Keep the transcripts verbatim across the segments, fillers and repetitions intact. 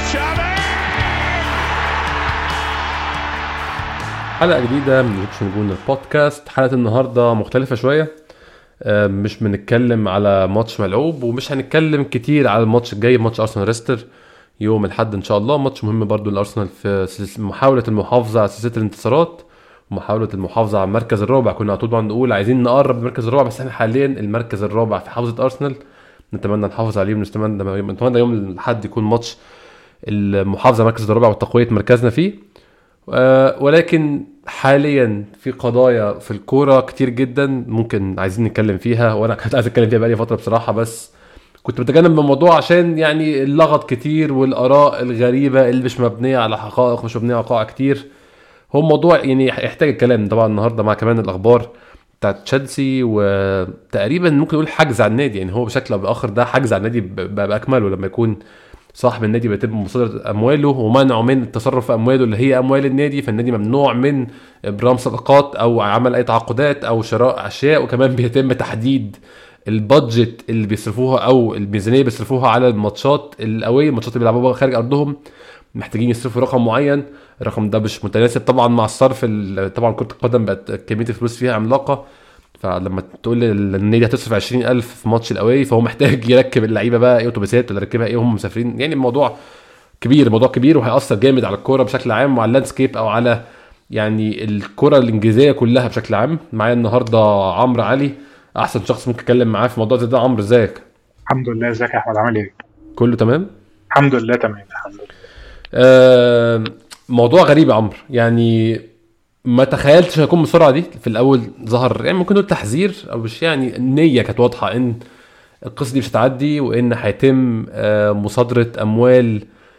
حلقة جديدة من ايجيبشن جون البودكاست. حلقة النهاردة مختلفة شوية، مش بنتكلم على ماتش ملعوب ومش هنتكلم كتير على الماتش الجاي، ماتش أرسنال ريستر يوم الحد إن شاء الله. ماتش مهم برضو لأرسنال في محاولة المحافظة على سلسلة الانتصارات ومحاولة المحافظة على المركز الرابع. كنا طول عمرنا نقول عايزين نقرب المركز الرابع، بس احنا حاليا المركز الرابع في حوزة أرسنال، نتمنى نحافظ عليه ونتمنى نتمنى يوم الحد يكون ماتش المحافظة على المركز الرابع وتقوية مركزنا فيه. ولكن حاليا في قضايا في الكورة كتير جدا ممكن عايزين نتكلم فيها، وانا كنت عايز اتكلم فيها بقالي فترة بصراحة، بس كنت بتجنب من الموضوع عشان يعني اللغط كتير والاراء الغريبة اللي مش مبنية على حقائق، مش مبنية على قواعد كتير. هو موضوع يعني يحتاج الكلام طبعا النهاردة، مع كمان الاخبار بتاعت تشيلسي وتقريبا ممكن نقول حجز على النادي. يعني هو بشكل او باخر ده حجز على النادي باكمله، لما يكون صاحب النادي بيتم مصادرة أمواله ومنعه من التصرف في أمواله اللي هي أموال النادي، فالنادي ممنوع من إبرام صفقات أو عمل أي تعاقدات أو شراء أشياء، وكمان بيتم تحديد البادجت اللي بيصرفوها أو الميزانية بيصرفوها على الماتشات الأوي، الماتشات اللي بيلعبوها خارج أرضهم محتاجين يصرفوا رقم معين. الرقم ده مش متناسب طبعا مع الصرف. طبعا كرة القدم بقت كمية الفلوس فيها عملاقة، فلما تقول النادي هتصرف عشرين ألف في ماتش الأوي فهو محتاج يركب اللعيبة بقى ايه أوتوبيسات ولا يركبها ايه هم مسافرين. يعني الموضوع كبير، الموضوع كبير وهيأثر جامد على الكورة بشكل عام وعلى اللاندسكيب أو على يعني الكرة الإنجليزية كلها بشكل عام. معايا النهاردة عمرو علي، أحسن شخص ممكن أتكلم معاه في موضوع زي ده. عمرو ازيك؟ الحمد لله. ازيك يا أحمد، عامل ايه؟ كله تمام الحمد لله تمام الحمد لله. آه موضوع غريب يا عمرو، يعني ما تخيلتش هيكون بالسرعه دي. في الاول ظهر يعني ممكن نقول تحذير او مش، يعني النيه كانت واضحه ان القصه دي مش هتعدي وان هيتم مصادره اموال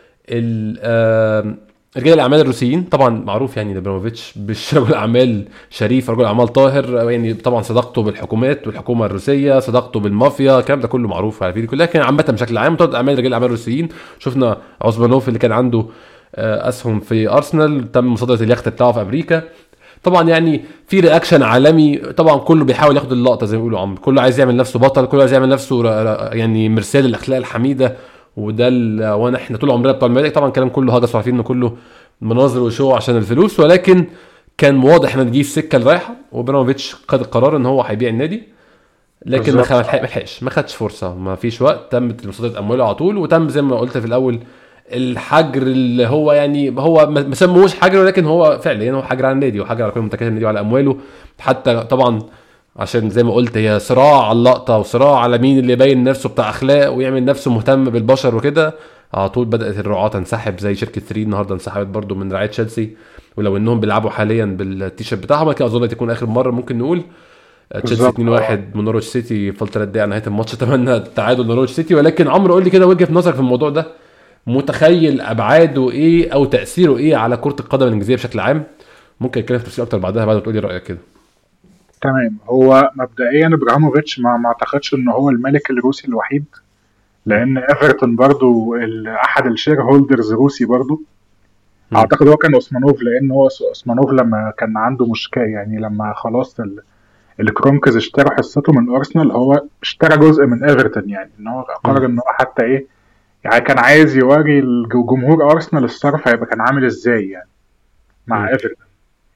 رجال الاعمال الروسيين. طبعا معروف يعني ابراموفيتش مش رجل اعمال شريف، رجل اعمال طاهر، يعني طبعا صداقته بالحكومات والحكومه الروسيه، صداقته بالمافيا، الكلام ده كله معروف على فيديو كلها. كان عامه بشكل عام مصادره اموال رجال الاعمال الروسيين. شفنا عثمانوف اللي كان عنده اسهم في ارسنال تم مصادره اليخت بتاعه في امريكا. طبعا يعني في رياكشن عالمي، طبعا كله بيحاول ياخد اللقطه زي ما بيقولوا عمرو، كله عايز يعمل نفسه بطل، كله عايز يعمل نفسه يعني مرسال الاخلاق الحميده. وده وانا احنا طول عمرنا بتوع الملك طبعا كلام كله هجس، عارفين انه كله مناظر وشو عشان الفلوس، ولكن كان واضح ان دي السكه اللي رايحه. وبراموفيتش خد القرار ان هو هيبيع النادي، لكن ما لحقش، ما خدش فرصه، ما فيش وقت، تمت مصادره امواله على طول. وتم زي ما قلت في الاول الحجر، اللي هو يعني هو ما سموهوش حجر ولكن هو فعليا هو حجر على النادي وحجر على كل متكاتل النادي وعلى امواله. حتى طبعا عشان زي ما قلت هي صراع على اللقطه وصراع على مين اللي يبين نفسه بتاع اخلاق ويعمل نفسه مهتم بالبشر وكده. على طول بدات الرعاه تنسحب، زي شركه ثري النهارده انسحبت برضو من رعايه تشيلسي، ولو انهم بيلعبوا حاليا بالتيشيرت بتاعهم كده اظن تكون اخر مره ممكن نقول. تشيلسي اتنين واحد من نورويتش سيتي، فلت رد على نهايه الماتش، اتمنى التعادل نورويتش سيتي. ولكن عمرو قول لي كده وجهه نظرك في الموضوع ده، متخيل ابعاده ايه او تاثيره ايه على كره القدم الانجليزيه بشكل عام؟ ممكن نتكلم في تفصيل اكتر بعدها بعد ما تقول لي رايك كده. تمام. هو مبدئيا ابراهيموفيتش ما ما اعتقدش ان هو الملك الروسي الوحيد، لان ايفرتون برضو احد الشير هولدرز روسي برضو. م. اعتقد هو كان اوسمانوف، لان هو اوسمانوف لما كان عنده مشكله، يعني لما خلاص الكرونكز اشترى حصته من ارسنال، هو اشترى جزء من ايفرتون، يعني ان هو قرر ان هو حتى ايه، يعني كان عايز يوري الجمهور ارسنال الصرف هيبقى كان عامل ازاي يعني مع ايفرتون.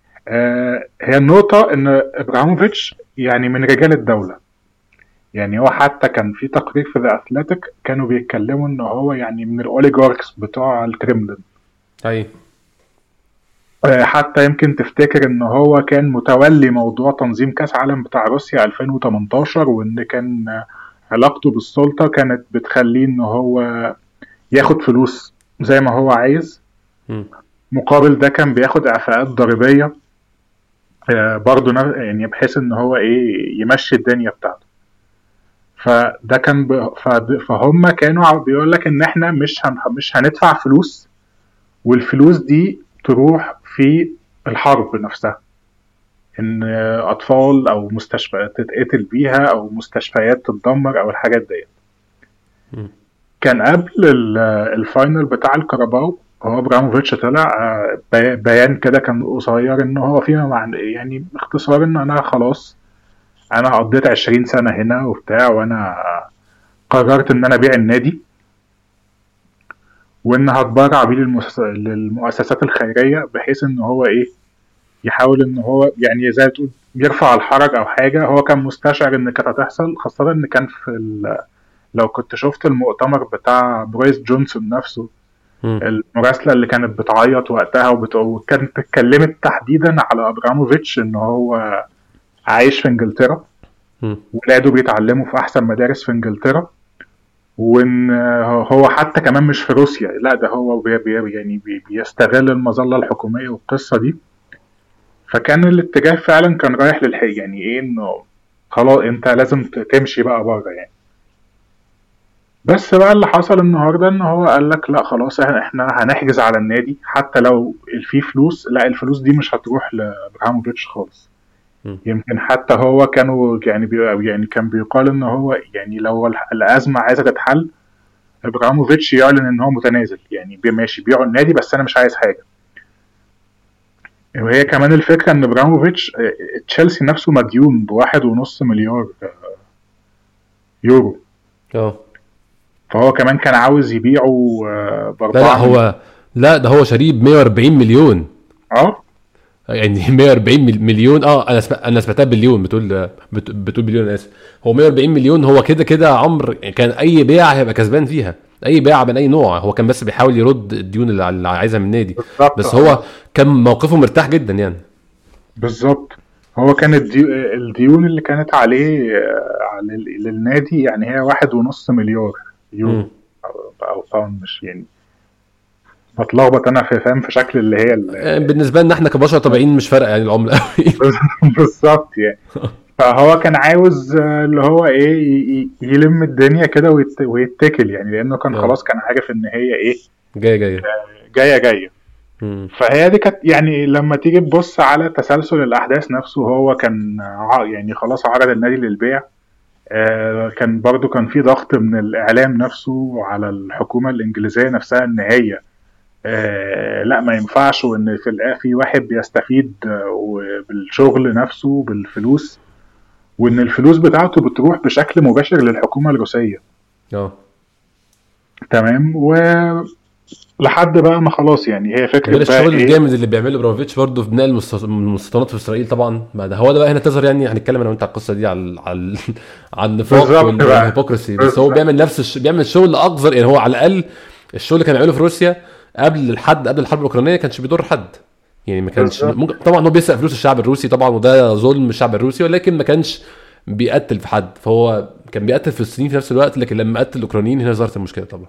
آه هي النقطة ان ابراهيموفيتش يعني من رجال الدولة، يعني هو حتى كان في تقرير في ذا اثليتيك كانوا بيتكلموا ان هو يعني من الاوليغاركس بتوع الكريملين. اي آه حتى يمكن تفتكر ان هو كان متولي موضوع تنظيم كاس عالم بتاع روسيا ألفين وتمنتاشر، وان كان آه علاقته بالسلطة كانت بتخليه ان هو ياخد فلوس زي ما هو عايز، م. مقابل ده كان بياخد اعفاءات ضريبية برضو، يعني بحيث ان هو ايه يمشي الدنيا بتاعته. فده كان ب... فهم كانوا بيقول لك ان احنا مش هن... مش هندفع فلوس، والفلوس دي تروح في الحرب نفسها، ان اطفال او مستشفيات تتقتل بيها او مستشفيات تتدمر او الحاجات دي. كان قبل الفاينل بتاع الكاراباو هو ابراهيموفيتش طلع بيان كده كان قصير ان هو فيما معنى يعني باختصار ان انا خلاص انا قضيت عشرين سنة هنا وبتاع، وانا قررت ان انا ابيع النادي، وان هتبرع بيه للمؤسس- للمؤسسات الخيريه، بحيث ان هو ايه يحاول ان هو يعني زي ما تقول يرفع الحرج او حاجه. هو كان مستشعر ان كانت هتحصل، خاصه ان كان في ال... لو كنت شفت المؤتمر بتاع بوريس جونسون نفسه، مم. المراسله اللي كانت بتعيط وقتها وبت... وكانت اتكلمت تحديدا على ابراموفيتش ان هو عايش في انجلترا، مم. ولاده بيتعلموا في احسن مدارس في انجلترا، وان هو حتى كمان مش في روسيا، لا ده هو بي بي يعني بي بيستغل المظله الحكوميه والقصه دي. فكان الاتجاه فعلا كان رايح للحقيقة، يعني ايه انه خلاص انت لازم ت- تمشي بقى بره يعني. بس بقى اللي حصل النهارده ان هو قال لك لا خلاص إح- احنا هنحجز على النادي، حتى لو فيه فلوس، لا الفلوس دي مش هتروح لابراهيموفيتش خالص. مم. يمكن حتى هو كانوا يعني بي يعني كان بيقال ان هو يعني لو الح- الازمه عايزه تتحل، ابراهيموفيتش يعلن ان هو متنازل، يعني بي- ماشي بيعوا النادي بس انا مش عايز حاجه. وهي كمان الفكره ان ابراهيموفيتش آه، تشيلسي نفسه مديون بواحد ونص مليار يورو، اه فهو كمان كان عاوز يبيعه آه، لا لا بأربعة مليون. هو، لا ده هو شاريه ب مية واربعين مليون. اه يعني مية واربعين مل- مليون، اه انا سمع... انا سمعتها باليون، بتقول بت... بتقول بليون، انا اسف. هو مية واربعين مليون، هو كده كده عمر كان اي بيع هيبقى كسبان فيها، اي بيع من اي نوع. هو كان بس بيحاول يرد الديون اللي اللي عايزها من النادي. بالظبط. بس هو هو كان موقفه مرتاح جدا يعني. بالظبط هو كان الدي... الديون اللي كانت عليه آه، على ال- للنادي يعني هي واحد ونص مليار امم يورو او أو باوند، مش يعني بتلخبط انا في فاهم في شكل اللي هي ال... بالنسبه لنا احنا كبشر طبيعيين مش فارقه يعني العمله قوي. بالظبط يعني. فهو كان عاوز آه، اللي هو ايه ي- ي- يلم الدنيا كده ويت... ويتكل يعني، لانه كان اه خلاص كان عارف ان هي ايه جايه جايه. جايه جايه. امم فهي دي كانت يعني لما تيجي تبص على تسلسل الأحداث نفسه، هو كان ع- يعني خلاص عرض النادي للبيع. آه، كان برضو كان في ضغط من الإعلام نفسه على الحكومة الإنجليزية نفسها إن هي آه، لا ما ينفعش، وإن في الآخر في واحد بيستفيد آه، بالشغل نفسه بالفلوس، وإن الفلوس بتاعته بتروح بشكل مباشر للحكومة الروسية. اه. تمام. ولحد بقى ما خلاص يعني هي ده فكرة غير بقى الشغل إيه. الجامد اللي بيعمله برافيتش برضه في بناء المست- المستوطنات في اسرائيل طبعا. ما ده هو ده بقى هنا تظهر، يعني هنتكلم انا وانت على القصه دي، على على على النفاق بالظبط وال- بقى. والهيبوكرسي. بس هو بالظبط. بيعمل نفس الش... بيعمل شغل اقذر يعني. هو على الاقل الشغل اللي كان بيعمله في روسيا قبل الحد قبل الحرب الاوكرانيه كانش بيضر حد يعني. ما كانش بالظبط. ممكن طبعا هو بيسرق فلوس الشعب الروسي طبعا، وده ظلم الشعب الروسي، ولكن ما كانش بيقتل في حد. فهو كان بيقتل فلسطينيين في نفس الوقت، لكن لما قتل الاوكرانيين هنا ظهرت المشكله طبعا.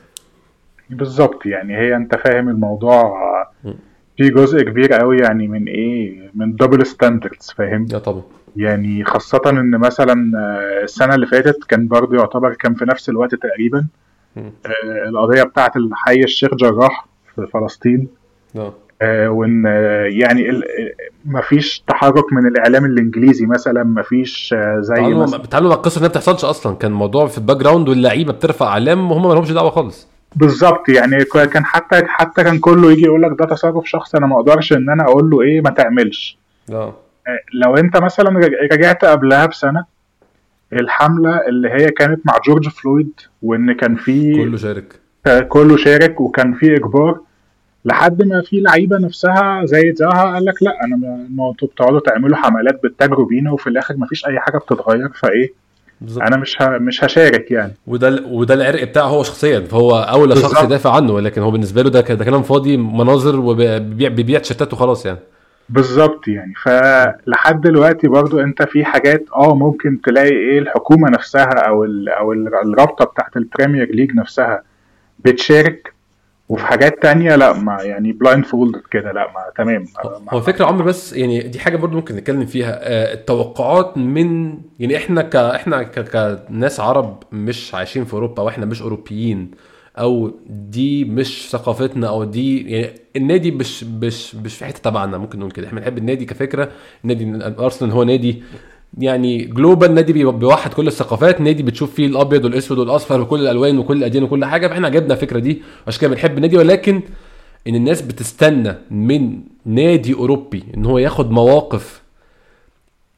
بالظبط يعني هي انت فاهم الموضوع م. في جزء كبير قوي يعني من ايه من دبل ستاندردز فاهم. لا طبعا. يعني خاصة ان مثلا آه، السنة اللي فاتت كان برضه يعتبر كان في نفس الوقت تقريبا م. آه، القضية بتاعت الحي الشيخ جراح في فلسطين. اه آه، وان آه، يعني ال- آه، مفيش تحرك من الاعلام الانجليزي مثلا، مفيش آه، زي تعالوا مثلا. بتعاملوا مع القصه انها ما بتحصلش اصلا. كان الموضوع في الباك جراوند واللعيبه بترفع اعلام وهم ما لهمش دعوه خالص. بالظبط يعني ك- كان حتى حتى كان كله يجي يقول لك ده تصرف شخصي، انا ما اقدرش ان انا اقول له ايه ما تعملش. اه لو انت مثلا رج- رجعت قبلها بسنة، الحملة اللي هي كانت مع جورج فلويد، وان كان في كله شارك. كله شارك وكان في اجبار، لحد ما في لعيبة نفسها زي زها قال لك لا انا ما ما انتوا بتقعدوا تعملوا حملات بتتاجروا بينا وفي الاخر ما فيش اي حاجة بتتغير، فايه انا بالظبط. مش ه... مش هشارك يعني. وده ال- وده العرق بتاعه هو شخصيا، فهو اولى شخص بالظبط. يدافع عنه، ولكن هو بالنسبه له ده ك- ده كلام فاضي، مناظر، وبيبيع بيبيع تيشيرتات وخلاص يعني. بالظبط يعني م. فلحد دلوقتي برضو انت في حاجات اه ممكن تلاقي ايه الحكومة نفسها او ال او ال- الرابطة بتاعت البريمير ليج نفسها بتشارك، وفي حاجات تانية لا ما يعني بلايند فولد كده لا ما تمام هو ما هو ما الفكره عمرو، بس يعني دي حاجه برضو ممكن نتكلم فيها. آه، التوقعات من يعني احنا ك احنا ك... كناس عرب مش عايشين في اوروبا، واحنا مش اوروبيين، او دي مش ثقافتنا، او دي يعني النادي مش مش مش في حته تبعنا. ممكن نقول كده احنا بنحب النادي كفكره. النادي ارسنال هو نادي يعني جلوبال، نادي بي- بيوحد كل الثقافات، نادي بتشوف فيه الابيض والاسود والاصفر وكل الالوان وكل الاديان وكل حاجه. فاحنا عجبنا الفكره دي، عشان كده بنحب النادي. ولكن ان الناس بتستنى من نادي اوروبي ان هو ياخد مواقف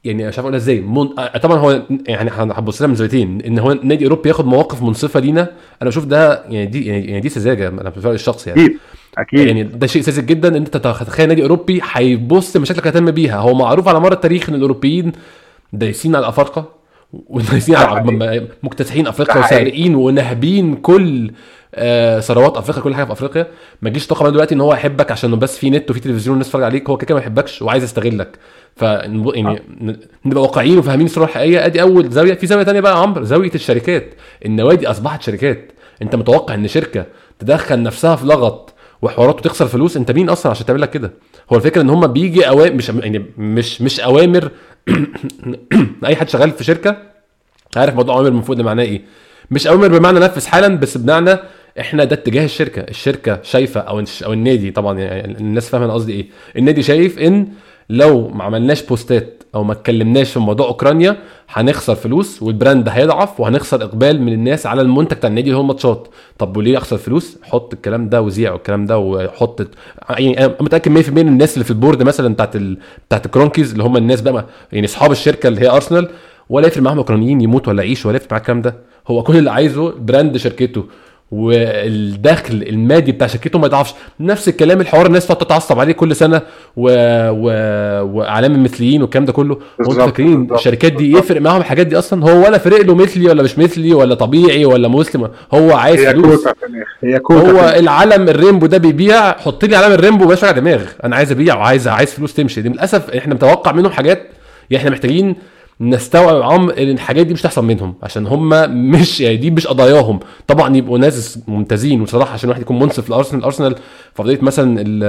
يعني مش عارف اقولها ازاي من... طبعا هو يعني هنبص لها من زاويتين، ان هو نادي اوروبي ياخد مواقف منصفه لينا، انا بشوف ده يعني دي يعني دي سذاجه انا في الشخص يعني اكيد اكيد يعني ده شيء ساذج جدا ان انت تتخيل نادي اوروبي هيبص مشاكلك هيهتم بيها. هو معروف على مر التاريخ ان الاوروبيين دايسين على الافارقه ودايسين ده على حقيقي م- مكتسحين ده افريقيا حقيقي وسارقين ونهبين كل آه، ثروات افريقيا، كل حاجه في افريقيا. ما تجيش تتوقع دلوقتي ان هو يحبك عشان بس في نت وفي تلفزيون الناس تتفرج عليك، هو كده كده ما يحبكش وعايز يستغلك. ف آه، يعني ن- نبقى واقعيين وفاهمين الصوره الحقيقيه. ادي اول زاويه. في زاويه تانية بقى يا عمرو، زاويه الشركات. النوادي اصبحت شركات. انت متوقع ان شركه تدخل نفسها في لغط وحوارات وتخسر فلوس؟ انت مين اصلا عشان تعمل لك كده؟ هو الفكره ان هم بيجي اوامر، مش يعني مش مش اوامر. اي حد شغال في شركه عارف موضوع اوامر من فوق ده معناه ايه. مش اوامر بمعنى نفذ حالا، بس بمعنى احنا ده اتجاه الشركه. الشركه شايفه او او النادي، طبعا يعني الناس فاهمه انا قصدي ايه. النادي شايف ان لو ما عملناش بوستات او ما اتكلمناش في موضوع اوكرانيا هنخسر فلوس والبراند هيضعف وهنخسر اقبال من الناس على المنتج بتاع النادي اللي هو الماتشات. طب وليه اخسر فلوس؟ حط الكلام ده وزيع الكلام ده وحط. يعني انا متاكد مية في المية ان الناس اللي في البورد مثلا بتاعت ال... بتاعت الكرونكيز اللي هم الناس بقى يعني اصحاب الشركه اللي هي ارسنال، ولا يفرق معاهم اوكرانيين يموت ولا يعيش، ولا يفرق معاه الكلام ده. هو كل اللي عايزه براند شركته والدخل المادي بتاع شركته ما يضعفش. نفس الكلام الحوار الناس تقعد تتعصب عليه كل سنه و... و... واعلام المثليين والكلام ده كله. هو انتوا بالظبط فاكرين بالظبط الشركات دي بالظبط يفرق معاهم الحاجات دي اصلا؟ هو ولا فرق له مثلي ولا مش مثلي ولا طبيعي ولا مسلم، هو عايز هي كوتا فلوس. في الاخر هي كوتا في هو الاخر العلم الريمبو ده بيبيع، حط لي علم الريمبو بس على دماغ. انا عايز ابيع وعايز عايز فلوس تمشي. دي للاسف احنا متوقع منهم حاجات، يعني احنا محتاجين نستوعب عم ان الحاجات دي مش تحصل منهم، عشان هم مش يعني دي مش قضاياهم. طبعا يبقوا ناس ممتازين وصراحه عشان الواحد يكون منصف لارسنال. ارسنال في قضيه مثلا ال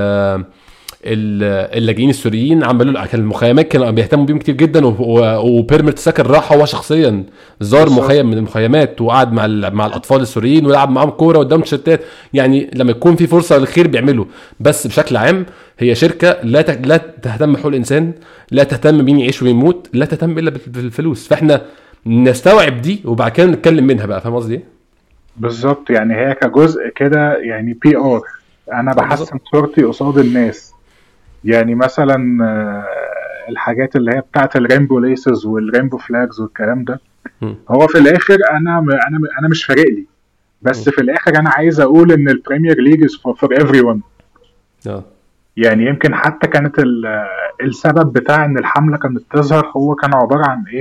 ال- اللاجئين السوريين عملوا له كان المخيمات كانوا بيهتموا بيهم كتير جدا، و- و- وبيرميت ساكن راح هو شخصيا زار بالظبط مخيم من المخيمات وقعد مع ال- مع الاطفال السوريين ولعب معاهم كوره قدام تيشيرتات. يعني لما يكون في فرصه للخير بيعملوا. بس بشكل عام هي شركه لا ت- لا تهتم بحقوق الانسان، لا تهتم مين يعيش ويموت، لا تهتم الا بال- بالفلوس. فاحنا نستوعب دي وبعد كده نتكلم منها بقى. فاهم قصدي ايه؟ بالظبط يعني هي كجزء كده يعني بي ار انا اه بالظبط. بحسن صورتي قصاد الناس. يعني مثلا آه، الحاجات اللي هي بتاعت الرينبو ليسز والرينبو فلاجز والكلام ده، مم. هو في الاخر انا انا انا مش فارق لي، مم. بس في الاخر انا عايز اقول ان البريمير ليج از فور ايفري ون. اه يعني يمكن حتى كانت ال- السبب بتاع ان الحمله كانت تظهر هو كان عباره عن ايه،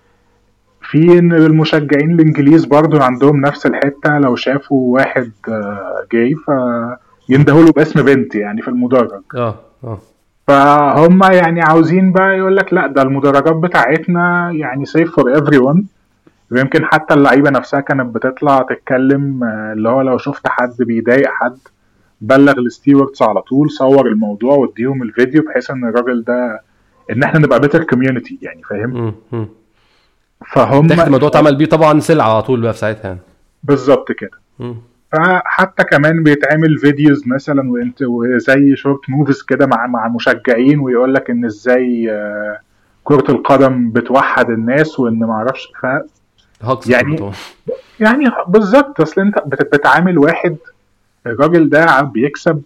في ان المشجعين الانجليز برضو عندهم نفس الحته، لو شافوا واحد آه، جاي فيندهوا له باسم بنت يعني في المدرج. اه اه فهم يعني عاوزين بقى يقول لك لا ده المدرجات بتاعتنا يعني سيف فور ايفري ون. ويمكن حتى اللعيبه نفسها كانت بتطلع تتكلم آه، اللي هو لو شفت حد بيضايق حد بلغ الستيوردز على طول، صور الموضوع واديهم الفيديو بحيث ان الراجل ده ان احنا نبقى بيتر كوميونتي يعني فاهم. مم. مم. فهم تاخد الموضوع اتعمل بيه طبعا سلعه على طول بقى في ساعتها يعني. بالظبط كده. مم. فحتى كمان بيتعمل فيديوز مثلا وانت وزي شورت موفيز كده مع مع مشجعين ويقول لك ان ازاي آه، كرة القدم بتوحد الناس وان ما اعرفش ف هاكس كله يعني طبعا. يعني بالظبط. اصل انت بت- بتعامل واحد الراجل ده بيكسب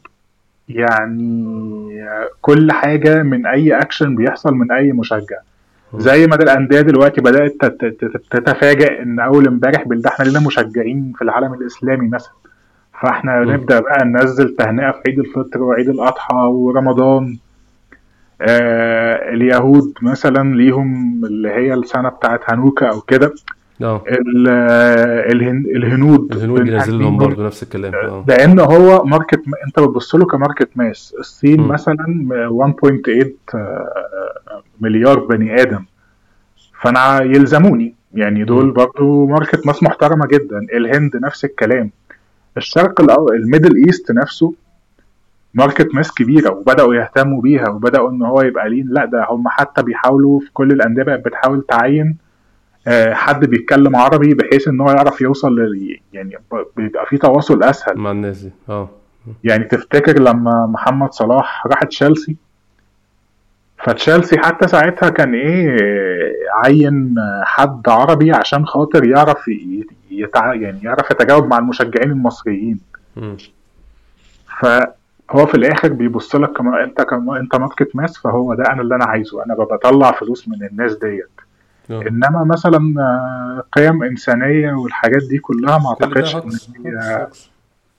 يعني كل حاجة من اي اكشن بيحصل من اي مشجع. مم. زي ما الانديه دلوقتي بدات تت- تت- تتفاجئ ان اول امبارح بالله احنا لنا مشجعين في العالم الاسلامي مثلا، فاحنا مم. نبدا بقى ننزل تهنئه في عيد الفطر وعيد الاضحى ورمضان. آه اليهود مثلا ليهم اللي هي السنه بتاعت هانوكا او كده. اه ال- آه، الهن- الهنود الهنود بينزل لهم بنهنيهم برضه نفس الكلام. اه لان هو ماركت م- انت بتبص له كماركت ماس. الصين مم. مثلا واحد فاصلة تمانية آه، مليار بني ادم، فانا يلزموني يعني مم. دول برضو ماركت ماس محترمه جدا. الهند نفس الكلام. الشرق الأو... الميدل ايست نفسه ماركت ماس كبيره وبداوا يهتموا بيها وبداوا ان هو يبقى لين. لا ده هم حتى بيحاولوا في كل الانديه بقت بتحاول تعين آه، حد بيتكلم عربي بحيث ان هو يعرف يوصل لل... يعني ب- بيبقى في تواصل اسهل. مع الناس دي اه. يعني تفتكر لما محمد صلاح راح تشيلسي، فتشيلسي حتى ساعتها كان ايه عين حد عربي عشان خاطر يعرف ي- يتع... يعني يعرف يتجاوب مع المشجعين المصريين. مم. هو في الاخر بيبص لك كما انت كما انت ماركت ماس، فهو ده انا اللي انا عايزه، انا بطلع فلوس من الناس ديت. اه انما مثلا آه، قيم انسانيه والحاجات دي كلها ما كل ده اعتقدش ان هاكس هاكس هي، هاكس.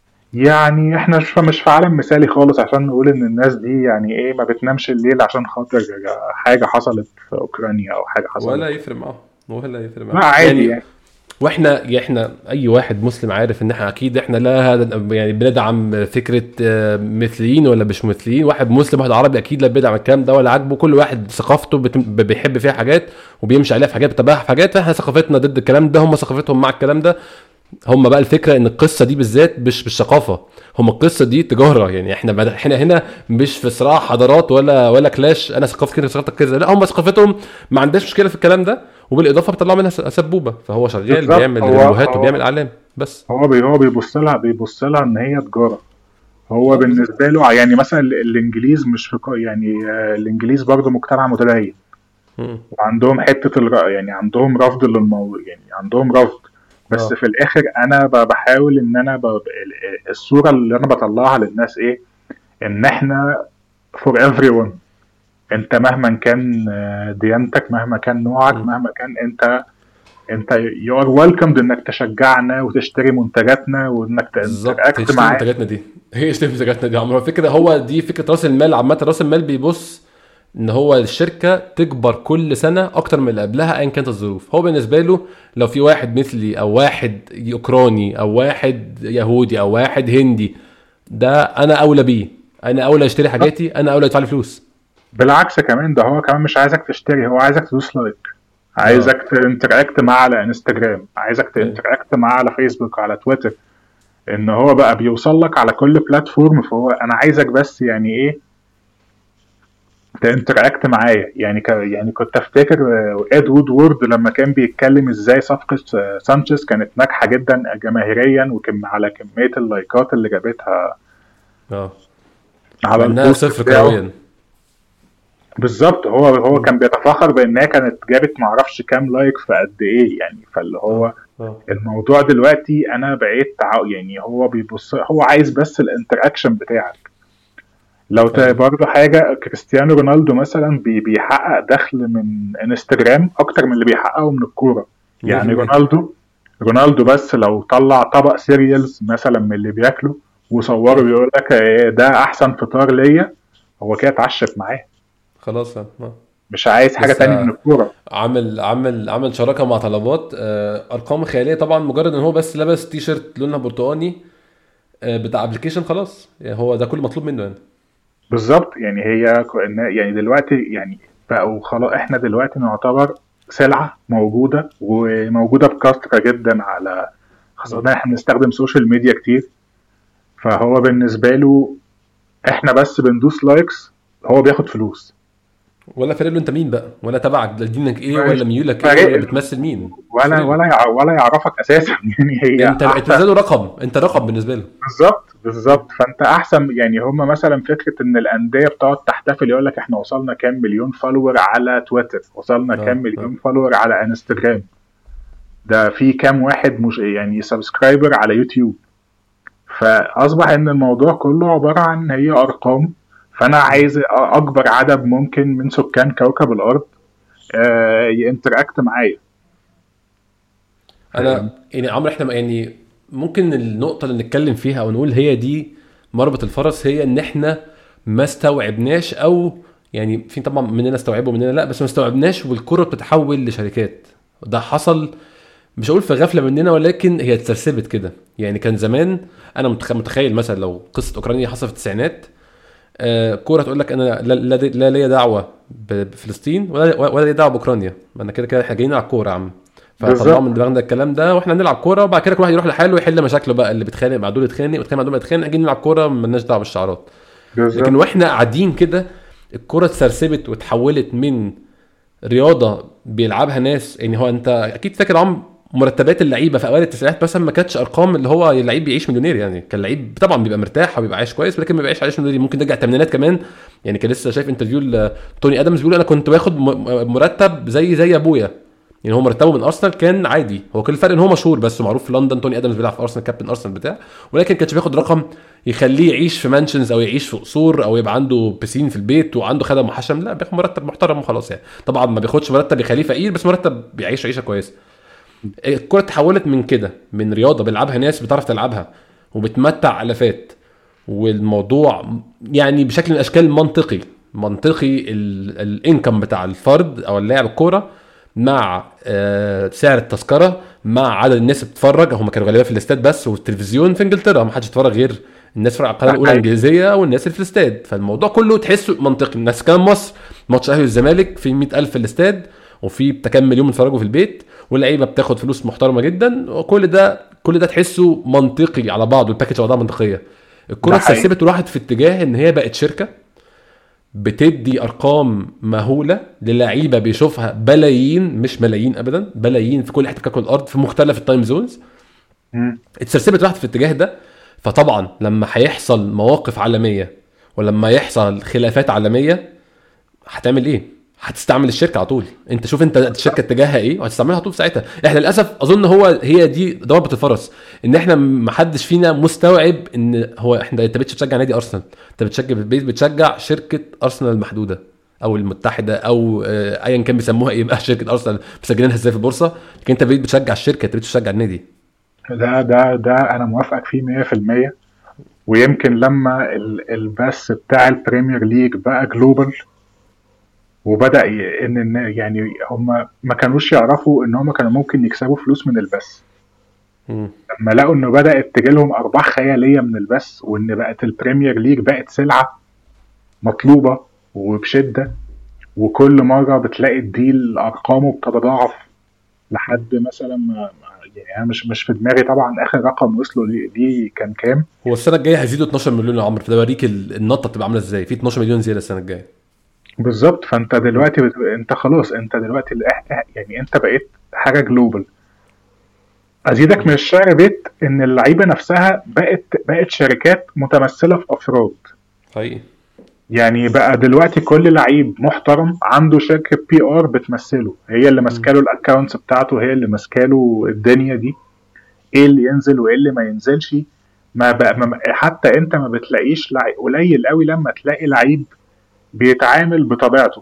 يعني احنا مش مش في عالم مثالي خالص عشان نقول ان الناس دي يعني ايه ما بتنامش الليل عشان خاطر حاجه حصلت في اوكرانيا او حاجه حصلت. ولا يفرق معاهم، ولا يفرق لا معاهم عادي يعني. يعني. واحنا احنا اي واحد مسلم عارف ان احنا اكيد احنا لا هذا يعني بندعم فكره آه، مثليين ولا مش مثليين. واحد مسلم واحد عربي اكيد لا بيدعم الكلام ده ولا عاجبه. كل واحد ثقافته بت- بيحب فيها حاجات وبيمشي عليها في حاجات، بيتبعها في حاجات. فاحنا ثقافتنا ضد الكلام ده، هم ثقافتهم مع الكلام ده. هم بقى الفكره ان القصه دي بالذات مش بالثقافه، هم القصه دي تجاره. يعني احنا بد- احنا هنا مش في صراع حضارات ولا ولا كلاش، انا ثقافتي كده ثقافتك كده. لا، هم ثقافتهم ما عندهاش مشكله في الكلام ده، وبالاضافه بيطلعوا منها س- سبوبه. فهو شغال بالظبط. بيعمل هو ريفيوهات هو وبيعمل اعلام بس. هو بي هو بيبص لها بيبص لها ان هي تجاره. هو اه بالظبط. بالنسبه له يعني مثلا ال- الانجليز مش في ق- يعني آه، الانجليز برضه مجتمع متدين، مم. وعندهم حته الر... يعني عندهم رفض للموضوع، يعني عندهم رفض. بس اه في الاخر انا ب- بحاول ان انا ب... ال- الصوره اللي انا بطلعها للناس ايه، ان احنا for everyone. انت مهما كان آه، ديانتك، مهما كان نوعك، مم. مهما كان انت انت you are welcomed انك تشجعنا وتشتري منتجاتنا وانك بالظبط، تنتراكت هيشتري معانا. منتجاتنا دي. هي يشتري منتجاتنا دي عمره فكره. هو دي فكره راس المال عامه. راس المال بيبص ان هو الشركه تكبر كل سنه اكتر من اللي قبلها ايا كانت الظروف. هو بالنسبه له لو في واحد مثلي او واحد اوكراني او واحد يهودي او واحد هندي، ده انا اولى بيه، انا اولى اشتري حاجاتي، انا اولى ادفع لي فلوس. بالعكس كمان، ده هو كمان مش عايزك تشتري، هو عايزك تدوس لايك، اه عايزك تنتراكت معاه على انستجرام، عايزك ايوه تنتراكت معاه على فيسبوك، على تويتر. ان هو بقى بيوصل لك على كل بلاتفورم، فهو انا عايزك بس يعني ايه تنتراكت معايا. يعني ك... يعني كنت افتكر آه، اد وودورد لما كان بيتكلم ازاي صفقة آه، سانشيز كانت ناجحة جدا جماهيريا، وكم على كمية اللايكات اللي جابتها اه. على مع انها البوست صفر بتاعه. كرويا. بالظبط. هو هو مم. كان بيتفاخر بانها كانت جابت معرفش كام لايك في قد ايه يعني. فاللي اه هو اه الموضوع دلوقتي انا بقيت تع- يعني هو بيبص، هو عايز بس الانتراكشن بتاعك. لو ت- ايوه برضه حاجة، كريستيانو رونالدو مثلا بي- بيحقق دخل من انستجرام اكتر من اللي بيحققه من الكورة. يعني مية في المية. رونالدو رونالدو بس لو طلع طبق سيريالز مثلا من اللي بياكله وصوره اه بيقول لك إيه ده احسن فطار ليا، هو كده اتعشت معاه، خلاص اه آه. مش عايز حاجة تاني من لسه الكورة. عامل عامل عامل شراكه مع طلبات، آه، ارقام خياليه طبعا. مجرد ان هو بس لبس تي شيرت لونها برتقاني آه، بتاع ابلكيشن، خلاص يعني هو ده كل مطلوب منه يعني. بالظبط. يعني هي ك- إن- يعني دلوقتي يعني بقوا خلاص احنا دلوقتي نعتبر سلعة موجودة وموجودة بكثرة جدا، على خاصة إن اه احنا بنستخدم سوشيال ميديا كتير. فهو بالنسبة له احنا بس بندوس لايكس، هو بياخد فلوس. ولا فارق له انت مين بقى، ولا تبعك دينك ايه، مش ولا ميولك ايه، فارق ولا له، بتمثل مين. مش ولا فارق له. ولا يع- ولا يعرفك اساسا. يعني هي انت انت احسن. بالنسبه له رقم، انت رقم بالنسبه له. بالظبط اه بالظبط. فانت احسن. يعني هم مثلا فكره ان الانديه بتقعد تحتفل يقول لك احنا وصلنا كام مليون فولور على تويتر، وصلنا كام اه اه مليون فولور على انستجرام، ده في كام واحد مش يعني سبسكرايبر على يوتيوب. فاصبح ان الموضوع كله عباره عن هي ارقام. فانا اه. عايز اكبر عدد ممكن من سكان كوكب الارض آه، ينتراكت معايا. فاهم. انا يعني عمرو احنا يعني ممكن النقطه اللي نتكلم فيها او نقول هي دي مربط الفرس، هي ان احنا ما استوعبناش، او يعني في طبعا مننا استوعبوا مننا لا، بس ما استوعبناش والكره بتتحول لشركات. ده حصل مش هقول في غفله مننا، ولكن هي اتسرسبت كده. يعني كان زمان انا متخ- متخيل مثلا لو قصه اوكرانيا حصلت في التسعينات، آه، كوره تقول لك انا لا لا لا ليا دعوه ب- بفلسطين ولا ولا ليا دعوه باوكرانيا، ما انا كده كده احنا جايين على الكوره يا عم. فطلعوا بالظبط من دماغنا الكلام ده واحنا نلعب كوره، وبعد كده كل واحد يروح لحاله ويحل مشاكله بقى. اللي بيتخانق مع دول يتخانق، ويتخانق مع دول يتخانق، جايين نلعب كوره مالناش دعوه بالشعارات. لكن بالظبط. واحنا قاعدين كده الكوره اتسرسبت وتحولت من رياضه بيلعبها ناس. يعني هو انت اكيد فاكر عم مرتبات اللعيبه في اوائل التسعينات مثلا ما كانتش ارقام اللي هو اللعيب بيعيش مليونير. يعني كان اللعيب طبعا بيبقى مرتاح وبيبقى عايش كويس، ولكن ما بيبقاش عايش مليونير. ممكن نرجع الثمانينات كمان. يعني كان لسه شايف انترفيو لتوني ادمز بيقول انا كنت باخد م- مرتب زي زي ابويا. يعني هو مرتبه من ارسنال كان عادي، هو كل الفرق ان هو مشهور بس معروف في لندن، توني ادمز بيلعب في ارسنال كابتن ارسنال بتاع، ولكن كانش بياخد رقم يخليه يعيش في مانشنز او يعيش في قصور او يبقى عنده بسين في البيت وعنده خدم وحشم، لا بياخد مرتب محترم وخلاص يعني. طبعا ما بياخدش مرتب يخليه فقير، بس مرتب بيعيش عيشه كويسه. الكره اتحولت من كده، من رياضه بيلعبها ناس بتعرف تلعبها وبتمتع الافات، والموضوع يعني بشكل من الاشكال منطقي منطقي الانكم بتاع الفرد او اللاعب الكوره مع آه سعر التذكره مع عدد الناس اللي بتتفرج. هم كانوا غالبا في الاستاد بس، والتلفزيون في انجلترا ما حدش يتفرج غير الناس في القناه الاولى الانجليزيه والناس اللي في الاستاد، فالموضوع كله تحسه منطقي. الناس كان مصر ماتش اهلي والزمالك في مئة ألف في الاستاد وفي كام مليون بيتفرجوا في البيت، واللعيبه بتاخد فلوس محترمه جدا، وكل ده كل ده تحسه منطقي على بعض، والباكج على بعض منطقيه. الكره اتسرسبت وراحت في اتجاه ان هي بقت شركه بتدي ارقام مهوله للعيبه بيشوفها بلايين مش ملايين ابدا، بلايين في كل حته كوكب الارض في مختلف التايم زونز. اتسرسبت راحت في الاتجاه ده. فطبعا لما هيحصل مواقف عالميه ولما يحصل خلافات عالميه هتعمل ايه؟ هتستعمل الشركه على طول. انت شوف انت الشركه اتجاهها ايه وهتستعملها على طول ساعتها. احنا للاسف اظن هو هي دي ضربه الفرس، ان احنا ما حدش فينا مستوعب ان هو احنا انت بتشجع نادي ارسنال، انت بتشجع بالبيت بتشجع شركه ارسنال المحدوده او المتحده او ايا كان بيسموها ايه بقى، شركه ارسنال مسجلينها ازاي في البورصه، لكن انت بقيت بتشجع الشركه، انت بتشجع النادي. ده ده ده انا موافقك فيه مية في المية. ويمكن لما البث بتاع البريمير ليج بقى جلوبال وبدأ ان يعني هم ما كانوش يعرفوا ان هم كانوا ممكن يكسبوا فلوس من البث، لما لقوا انه بدأت تجيلهم ارباح خيالية من البث، وان بقت البريمير ليج بقت سلعة مطلوبة وبشدة، وكل مرة بتلاقي الديل ارقامه بتتضاعف لحد مثلا ما يعني مش مش في دماغي طبعا اخر رقم وصلوا ليه كان كام. هو السنه الجايه هيزيدوا اتناشر مليون يا عمرو، فده بوريك النطه بتبقى عامله ازاي، في اتناشر مليون زياده السنه الجايه بالظبط. فانت دلوقتي بت... انت خلاص انت دلوقتي يعني انت بقيت حاجه جلوبال. ازيدك من الشعر بيت ان اللعيبه نفسها بقت بقت شركات متمثله في افراد حقيقي. يعني بقى دلوقتي كل لعيب محترم عنده شركه بي ار بتمثله، هي اللي ماسكاله الاكونتس بتاعته، هي اللي ماسكاله الدنيا دي، ايه اللي ينزل وايه اللي ما ينزلش. ما بقى ما حتى انت ما بتلاقيش لعيب، قليل قوي لما تلاقي لعيب بيتعامل بطبيعته.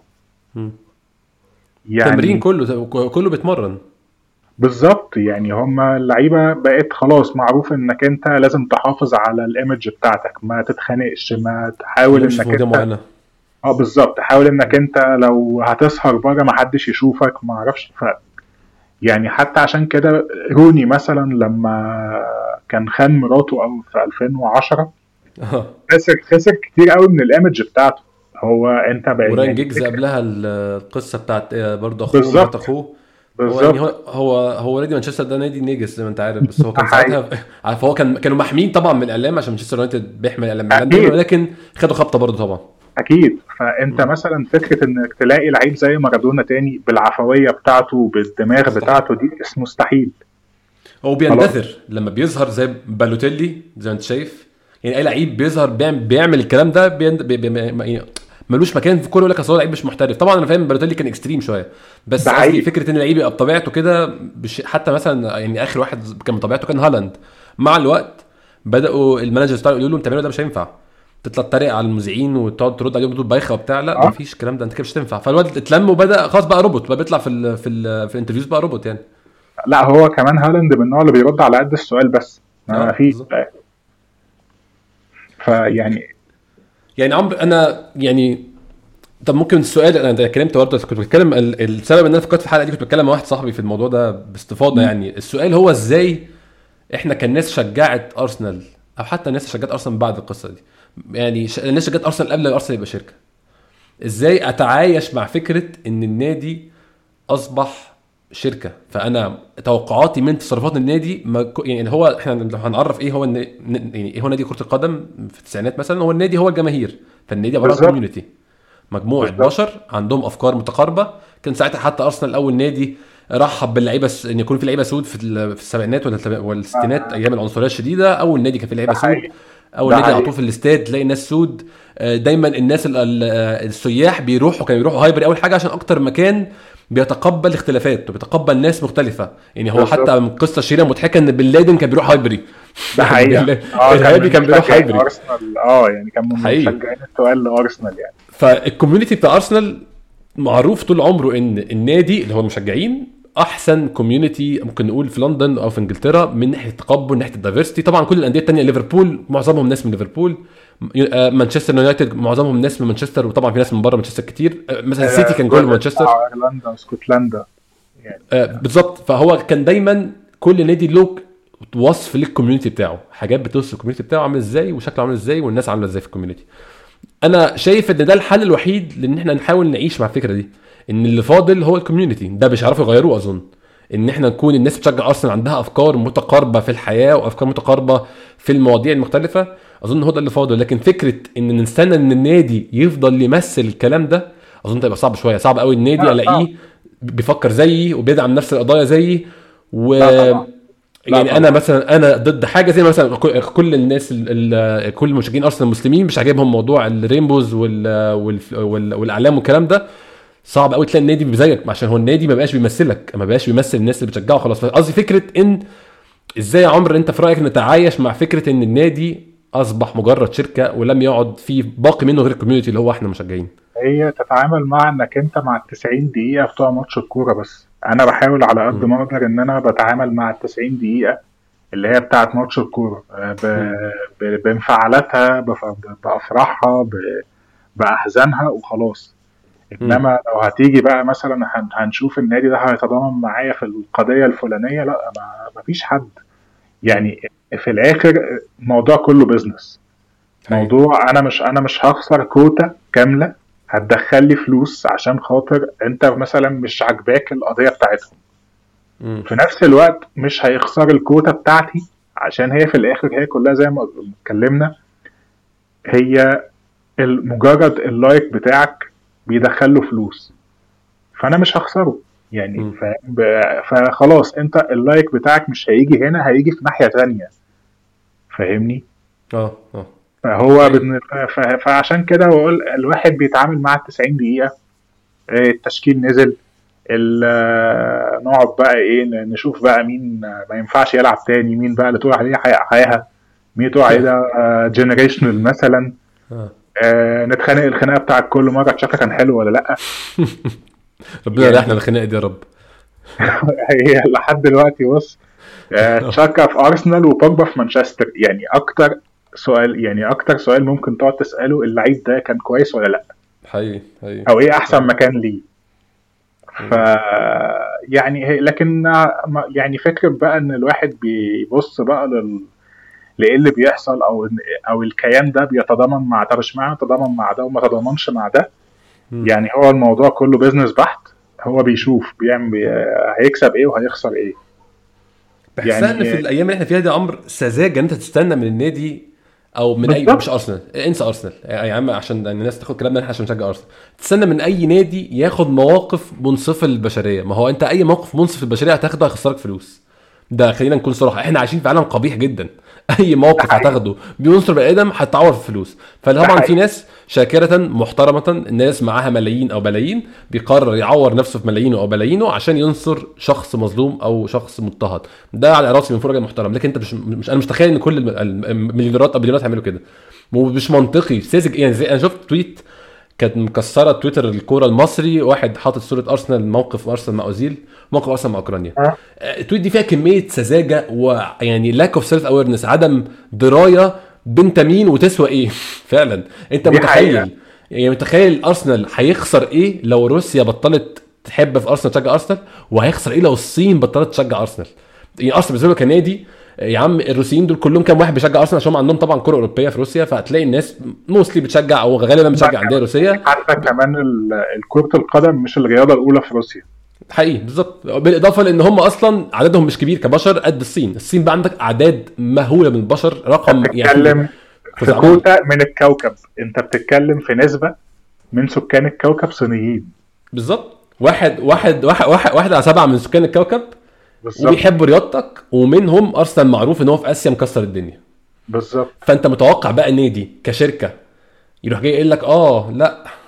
يعني تمرين كله كله بيتمرن بالظبط. يعني هم اللعيبه بقت خلاص معروف انك انت لازم تحافظ على الايمج بتاعتك، ما تتخانقش، ما تحاول انك انت اه بالظبط تحاول انك انت لو هتسهر بره ما حدش يشوفك، ما اعرفش. ف يعني حتى عشان كده روني مثلا لما كان خان مراته او في ألفين وعشرة خسر خسر كتير قوي من الايمج بتاعته. هو انت بقى وران جيجز قبلها القصه بتاعت برضه اخوه مرات اخوه هو يعني هو هو هو نادي مانشستر ده نادي نيجس زي ما انت عارف، بس هو كان ساعتها فهو كان كانوا محمين طبعا من الاعلام عشان مانشستر يونايتد بيحمل الاعلام، ولكن خدوا خبطه برضه طبعا اكيد. فانت م. مثلا فكره انك تلاقي لعيب زي مارادونا تاني بالعفويه بتاعته بالدماغ بتاعته دي اسمه مستحيل. هو بيندثر لما بيظهر زي بالوتيلي زي ما انت شايف، يعني اي لعيب بيظهر بيعمل, بيعمل الكلام ده بيند... بي... بي... بي... ملوش مكان في كل يقول لك اصل لعيب مش محترف. طبعا انا فاهم بالوتيلي كان اكستريم شويه، بس قصدي فكره ان اللعيب يبقى بطبيعته كده بش... حتى مثلا يعني اخر واحد كان بطبيعته كان هالاند، مع الوقت بداوا المانجرز بتاعه يقولوا له انت بتعمله ده مش هينفع، تطلع تتريق على المذيعين وتقعد ترد عليهم بتقول بايخه وبتاع، لا أه؟ مفيش الكلام ده، انت كده مش هتنفع. فالواد اتلم وبدا خلاص بقى روبوت، بقى بيطلع في ال في ال في الانترفيوز بقى روبوت يعني. لا هو كمان هالاند من النوع اللي بيرد على قد السؤال بس ما فيش. فيعني يعني عمرو انا يعني طب ممكن السؤال انا اتكلمت برضه كنت بتكلم السبب ان انا فكرت في الحلقه دي كنت بتكلم مع واحد صاحبي في الموضوع ده باستفاضه. يعني السؤال هو ازاي احنا كالناس شجعت ارسنال او حتى الناس شجعت ارسنال بعد القصه دي، يعني الناس شجعت ارسنال قبل ارسنال يبقى شركه، ازاي اتعايش مع فكره ان النادي اصبح شركه؟ فانا توقعاتي من تصرفات النادي ما يعني هو احنا لو هنعرف ايه هو يعني ايه هو نادي كره القدم في التسعينات مثلا، هو النادي هو الجماهير، فالنادي عباره عن كوميونتي، مجموعه بشر عندهم افكار متقاربه. كان ساعتها حتى ارسنال اول نادي رحب باللعيبه ان يكون في لعيبه سود في في السبعينات والستينات آه. ايام العنصريه الشديده، اول نادي كان في لعيبه سود، اول نادي على طول في الاستاد تلاقي الناس سود. دايما الناس السياح بيروحوا كانوا يروحوا هايبر اول حاجه عشان اكتر مكان بيتقبل اختلافات وبيتقبل ناس مختلفه. يعني هو بالظبط. حتى من قصه شهيره مضحكه ان بن لادن كان بيروح هايبري. ده حقيقة. اه ارهابي كان من بيروح مشجعين هايبري ارسنال، اه يعني كان من حقيقي. المشجعين التقال لارسنال يعني. فالكوميونتي بتاع ارسنال معروف طول عمره ان النادي اللي هو المشجعين احسن كوميونتي ممكن نقول في لندن او في انجلترا من ناحيه التقبل، من ناحيه الدايفرستي. طبعا كل الانديه التانية، ليفربول معظمهم ناس من ليفربول، آه، مانشستر يونايتد معظمهم ناس من مانشستر، وطبعا في ناس من بره مانشستر كتير. آه، مثلا السيتي كان جول مانشستر، ايرلندا واسكتلندا يعني. آه، بالظبط. فهو كان دايما كل نادي له وصف للكوميونتي بتاعه، حاجات بتوصف الكوميونتي بتاعه عامل ازاي وشكله عامل ازاي والناس عامله ازاي في الكوميونتي. انا شايف ان ده الحل الوحيد لان احنا نحاول نعيش مع الفكره دي، ان اللي فاضل هو الكوميونتي ده. مش هيعرفوا يغيروه اظن، ان احنا نكون الناس بتشجع ارسنال عندها افكار متقاربه في الحياه وافكار متقاربه في المواضيع المختلفه. اظن هو ده اللي فاضل. لكن فكره ان نستنى ان النادي يفضل يمثل الكلام ده اظن ده يبقى صعب شويه. صعب قوي النادي الاقيه بيفكر زيي وبيدعم نفس القضايا زيي و يعني انا مثلا انا ضد حاجه زي مثلا كل الناس ال ال كل مشجعين ارسنال المسلمين مش عاجبهم موضوع الرينبوز وال وال وال والاعلام والكلام ده. صعب قوي تلاقي النادي زيك عشان هو النادي ما بقاش بيمثلك، ما بقاش بيمثل الناس اللي بتشجعه خلاص. قصدي فكره ان ازاي يا عمر انت في رايك نتعايش مع فكره ان النادي اصبح مجرد شركه ولم يعد في باقي منه غير الكوميونتي اللي هو احنا مشجعين. هي تتعامل مع انك انت مع التسعين دقيقة بتوع ماتش الكورة بس. انا بحاول على قد ما اقدر ان انا بتعامل مع التسعين دقيقة اللي هي بتاعت ماتش الكورة بانفعالاتها، بافراحها، باحزانها وخلاص. انما لو هتيجي بقى مثلا هنشوف النادي ده هيتضامن معايا في القضية الفلانية، لا ما فيش حد يعني. في الاخر الموضوع كله بيزنس. موضوع انا مش انا مش هخسر كوتا كامله هتدخل لي فلوس عشان خاطر انت مثلا مش عاجباك القضيه بتاعتهم. م. في نفس الوقت مش هيخسر الكوتا بتاعتي عشان هي في الاخر هي كلها زي ما اتكلمنا، هي مجرد اللايك بتاعك بيدخل له فلوس، فانا مش هخسره يعني. فخلاص انت اللايك بتاعك مش هيجي هنا، هيجي في ناحيه تانية، فاهمني؟ اه اه فهو بن... ف... فعشان كده الواحد بيتعامل مع التسعين دقيقة. التشكيل نزل، نقعد بقى ايه نشوف بقى مين ما ينفعش يلعب تاني، مين بقى اللي تقول عليه حياها، مين تقول عليه ده جنريشنال مثلا. آه نتخانق الخناقة بتاعت كل مرة تشاكا كان حلو ولا لأ. ربنا يعني... احنا الخناقة دي يا رب. هي لحد دلوقتي بص تشاكا في أرسنال وبوجبا في مانشستر، يعني أكتر سؤال يعني اكتر سؤال ممكن تقعد تساله اللعيب ده كان كويس ولا لا، حقيقي حقيقي، او ايه احسن حقيقي. مكان ليه. ف يعني لكن يعني فكره بقى ان الواحد بيبص بقى لل لايه اللي بيحصل، او او الكيان ده بيتضامن مع ده، مش معنى تضامن مع ده وما تضامنش مع ده. م. يعني هو الموضوع كله بيزنس بحت. هو بيشوف بيعمل بي... هيكسب ايه وهيخسر ايه. بحسها يعني... ان في الايام اللي احنا فيها دي امر سذاجه ان انت تستنى من النادي او من بالضبط. اي مش ارسنال، انسى ارسنال يا عم عشان الناس تاخد كلامنا احنا عشان نشجع ارسنال. تستنى من اي نادي ياخد مواقف منصفه للبشريه. ما هو انت اي موقف منصف للبشريه هتاخده هيخسرك فلوس. ده خلينا نكون صراحه، احنا عايشين في عالم قبيح جدا. اي موقف هتاخده بينصر بني ادم هتعور في فلوس. فطبعا في ناس شاكره محترمه، الناس معاها ملايين او بلايين، بيقرر يعور نفسه في ملايينه او بلايينه عشان ينصر شخص مظلوم او شخص مضطهد. ده على راسي من فوق راجل محترم. لكن انت مش, مش انا مش متخيل ان كل المليونيرات او بليونيرات هيعملوا كده. مش منطقي ساذج يعني. زي انا شفت تويت كانت مكسره تويتر الكوره المصري، واحد حاطط صوره ارسنال، موقف ارسنال مع اوزيل، موقف ارسنال مع اوكرانيا. أه. التويت دي فيها كميه سذاجه ويعني لاك اوف سيلف اويرنس، عدم درايه بنت مين وتسوى ايه. فعلا انت متخيل يعني متخيل ارسنال هيخسر ايه لو روسيا بطلت تحب في ارسنال تشجع ارسنال، وهيخسر ايه لو الصين بطلت تشجع ارسنال. يعني ارسنال بالنسبه له كنادي يا عم، الروسيين دول كلهم كام واحد بيشجع ارسنال عشان هم عندهم طبعا كره اوروبيه في روسيا، فهتلاقي الناس موسلي بتشجع او غالبا بتشجع انديه روسيه. حتى كمان الكره القدم مش الرياضه الاولى في روسيا حقيقي بالظبط. بالاضافه لان هم اصلا عددهم مش كبير كبشر قد الصين. الصين بقى عندك اعداد مهوله من البشر، رقم يعني في كوتا من الكوكب. انت بتتكلم في نسبه من سكان الكوكب صينيين بالظبط. واحد واحد واحد واحد, واحد على سبعة من سكان الكوكب بالزبط. وبيحبوا رياضتك، ومنهم ارسنال معروف ان هو في اسيا مكسر الدنيا بالظبط. فانت متوقع بقى النادي كشركه يروح جاي يقول لك اه لا